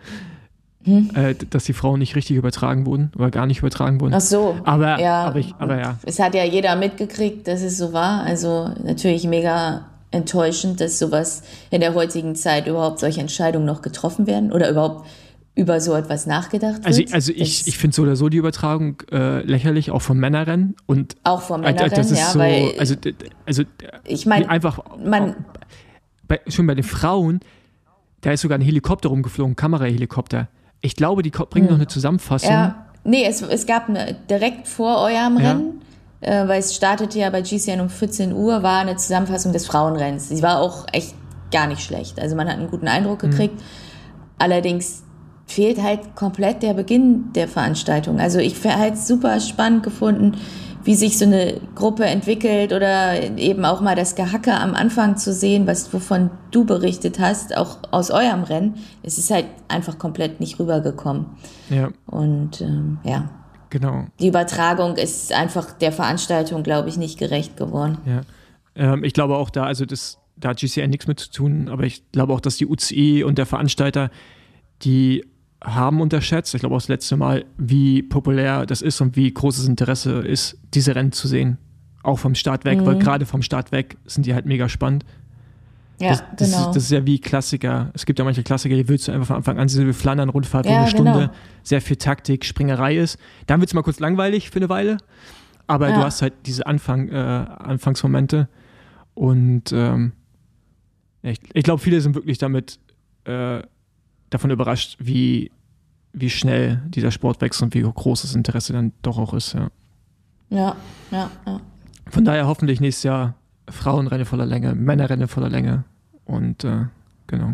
Hm? Äh, dass die Frauen nicht richtig übertragen wurden oder gar nicht übertragen wurden. Ach so. Aber ja, aber, ich, aber ja. Es hat ja jeder mitgekriegt, dass es so war. Also natürlich mega enttäuschend, dass sowas in der heutigen Zeit überhaupt solche Entscheidungen noch getroffen werden oder überhaupt über so etwas nachgedacht wird. Also, also ich, ich finde so oder so die Übertragung äh, lächerlich, auch vom Männerrennen. Und auch vom Männerrennen, das ist ja. So, weil also, also ich meine, einfach man, bei, schon bei den Frauen, da ist sogar ein Helikopter rumgeflogen, Kamerahelikopter. Ich glaube, die bringen hm. noch eine Zusammenfassung. Ja, nee, es, es gab eine, direkt vor eurem ja. Rennen, äh, weil es startete ja bei G C N um vierzehn Uhr, war eine Zusammenfassung des Frauenrennens. Sie war auch echt gar nicht schlecht. Also man hat einen guten Eindruck gekriegt. Mhm. Allerdings fehlt halt komplett der Beginn der Veranstaltung. Also ich habe es super spannend gefunden, wie sich so eine Gruppe entwickelt oder eben auch mal das Gehacke am Anfang zu sehen, was wovon du berichtet hast, auch aus eurem Rennen. Es ist halt einfach komplett nicht rübergekommen. Ja. Und ähm, ja, genau. Die Übertragung ist einfach der Veranstaltung, glaube ich, nicht gerecht geworden. Ja. Ähm, ich glaube auch da, also das, da hat G C N nichts mit zu tun, aber ich glaube auch, dass die U C I und der Veranstalter, die haben unterschätzt, ich glaube auch das letzte Mal, wie populär das ist und wie großes Interesse ist, diese Rennen zu sehen. Auch vom Start weg, mhm. weil gerade vom Start weg sind die halt mega spannend. Ja, das, das, genau. ist, das ist ja wie Klassiker. Es gibt ja manche Klassiker, die willst du einfach von Anfang an sehen, wie Flandern, Rundfahrt, wo ja, eine Stunde genau. sehr viel Taktik, Springerei ist. Dann wird es mal kurz langweilig für eine Weile, aber ja. du hast halt diese Anfang, äh, Anfangsmomente und ähm, ich, ich glaube, viele sind wirklich damit äh, davon überrascht, wie, wie schnell dieser Sport wächst und wie groß das Interesse dann doch auch ist. Ja, ja, ja. ja. Von daher hoffentlich nächstes Jahr Frauenrennen voller Länge, Männerrennen voller Länge und äh, genau.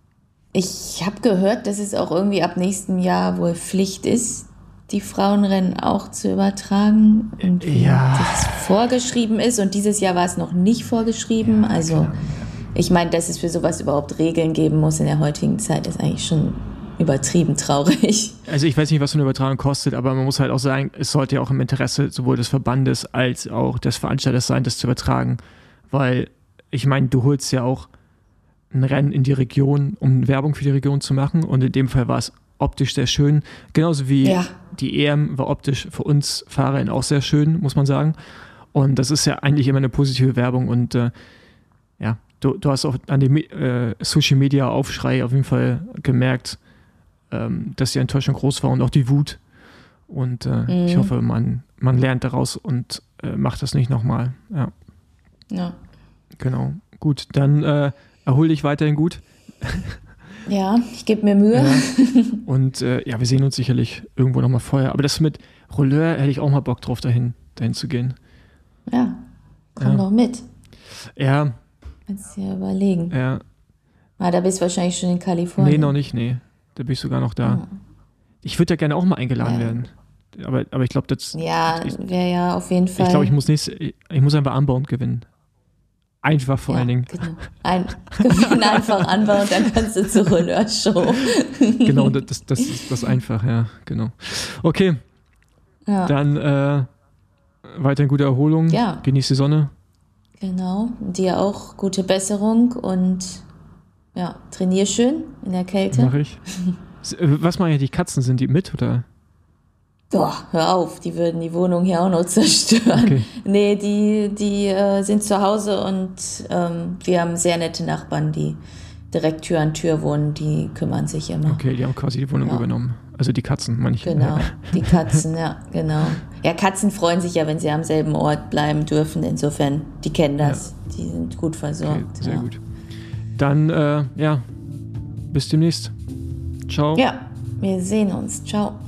Ich habe gehört, dass es auch irgendwie ab nächstem Jahr wohl Pflicht ist, die Frauenrennen auch zu übertragen und wie ja. das vorgeschrieben ist und dieses Jahr war es noch nicht vorgeschrieben, ja, also genau. Ich meine, dass es für sowas überhaupt Regeln geben muss in der heutigen Zeit, ist eigentlich schon übertrieben traurig. Also ich weiß nicht, was so eine Übertragung kostet, aber man muss halt auch sagen, es sollte ja auch im Interesse sowohl des Verbandes als auch des Veranstalters sein, das zu übertragen. Weil, ich meine, du holst ja auch ein Rennen in die Region, um Werbung für die Region zu machen. Und in dem Fall war es optisch sehr schön. Genauso wie ja. die E M war optisch für uns FahrerInnen auch sehr schön, muss man sagen. Und das ist ja eigentlich immer eine positive Werbung und äh, ja, Du, du hast auch an dem äh, Social Media Aufschrei auf jeden Fall gemerkt, ähm, dass die Enttäuschung groß war und auch die Wut. Und äh, mhm. ich hoffe, man, man lernt daraus und äh, macht das nicht nochmal. Ja. ja. Genau. Gut, dann äh, erhol dich weiterhin gut. Ja, ich gebe mir Mühe. Ja. Und äh, ja, wir sehen uns sicherlich irgendwo nochmal vorher. Aber das mit Rolleur hätte ich auch mal Bock drauf, dahin, dahin zu gehen. Ja, komm ja. doch mit. Ja. Kannst du ja überlegen. Ja. Ah, da bist du wahrscheinlich schon in Kalifornien. Nee, noch nicht, nee. Da bin ich sogar noch da. Oh. Ich würde ja gerne auch mal eingeladen ja. werden. Aber, aber ich glaube, das... Ja, wäre ja auf jeden Fall... Ich glaube, ich muss nächste, ich muss einfach Unbound gewinnen. Einfach vor ja, allen Dingen. Genau. Ein, gewinn einfach Unbound, dann kannst du zur Rolleur-Show. Genau, das, das, das ist das einfach, ja, genau. Okay, ja. dann äh, weiterhin gute Erholung. Ja. Genieß die Sonne. Genau, dir auch gute Besserung und ja, trainier schön in der Kälte. Mach ich. Was machen ja die Katzen? Sind die mit, oder? Boah, hör auf, die würden die Wohnung hier auch noch zerstören. Okay. Nee, die, die äh, sind zu Hause und ähm, wir haben sehr nette Nachbarn, die direkt Tür an Tür wohnen, die kümmern sich immer. Okay, die haben quasi die Wohnung ja. übernommen. Also die Katzen, meine ich. Genau, die Katzen, ja, genau. Ja, Katzen freuen sich ja, wenn sie am selben Ort bleiben dürfen. Insofern, die kennen das. Ja. Die sind gut versorgt. Okay, sehr ja. gut. Dann, äh, ja, bis demnächst. Ciao. Ja, wir sehen uns. Ciao.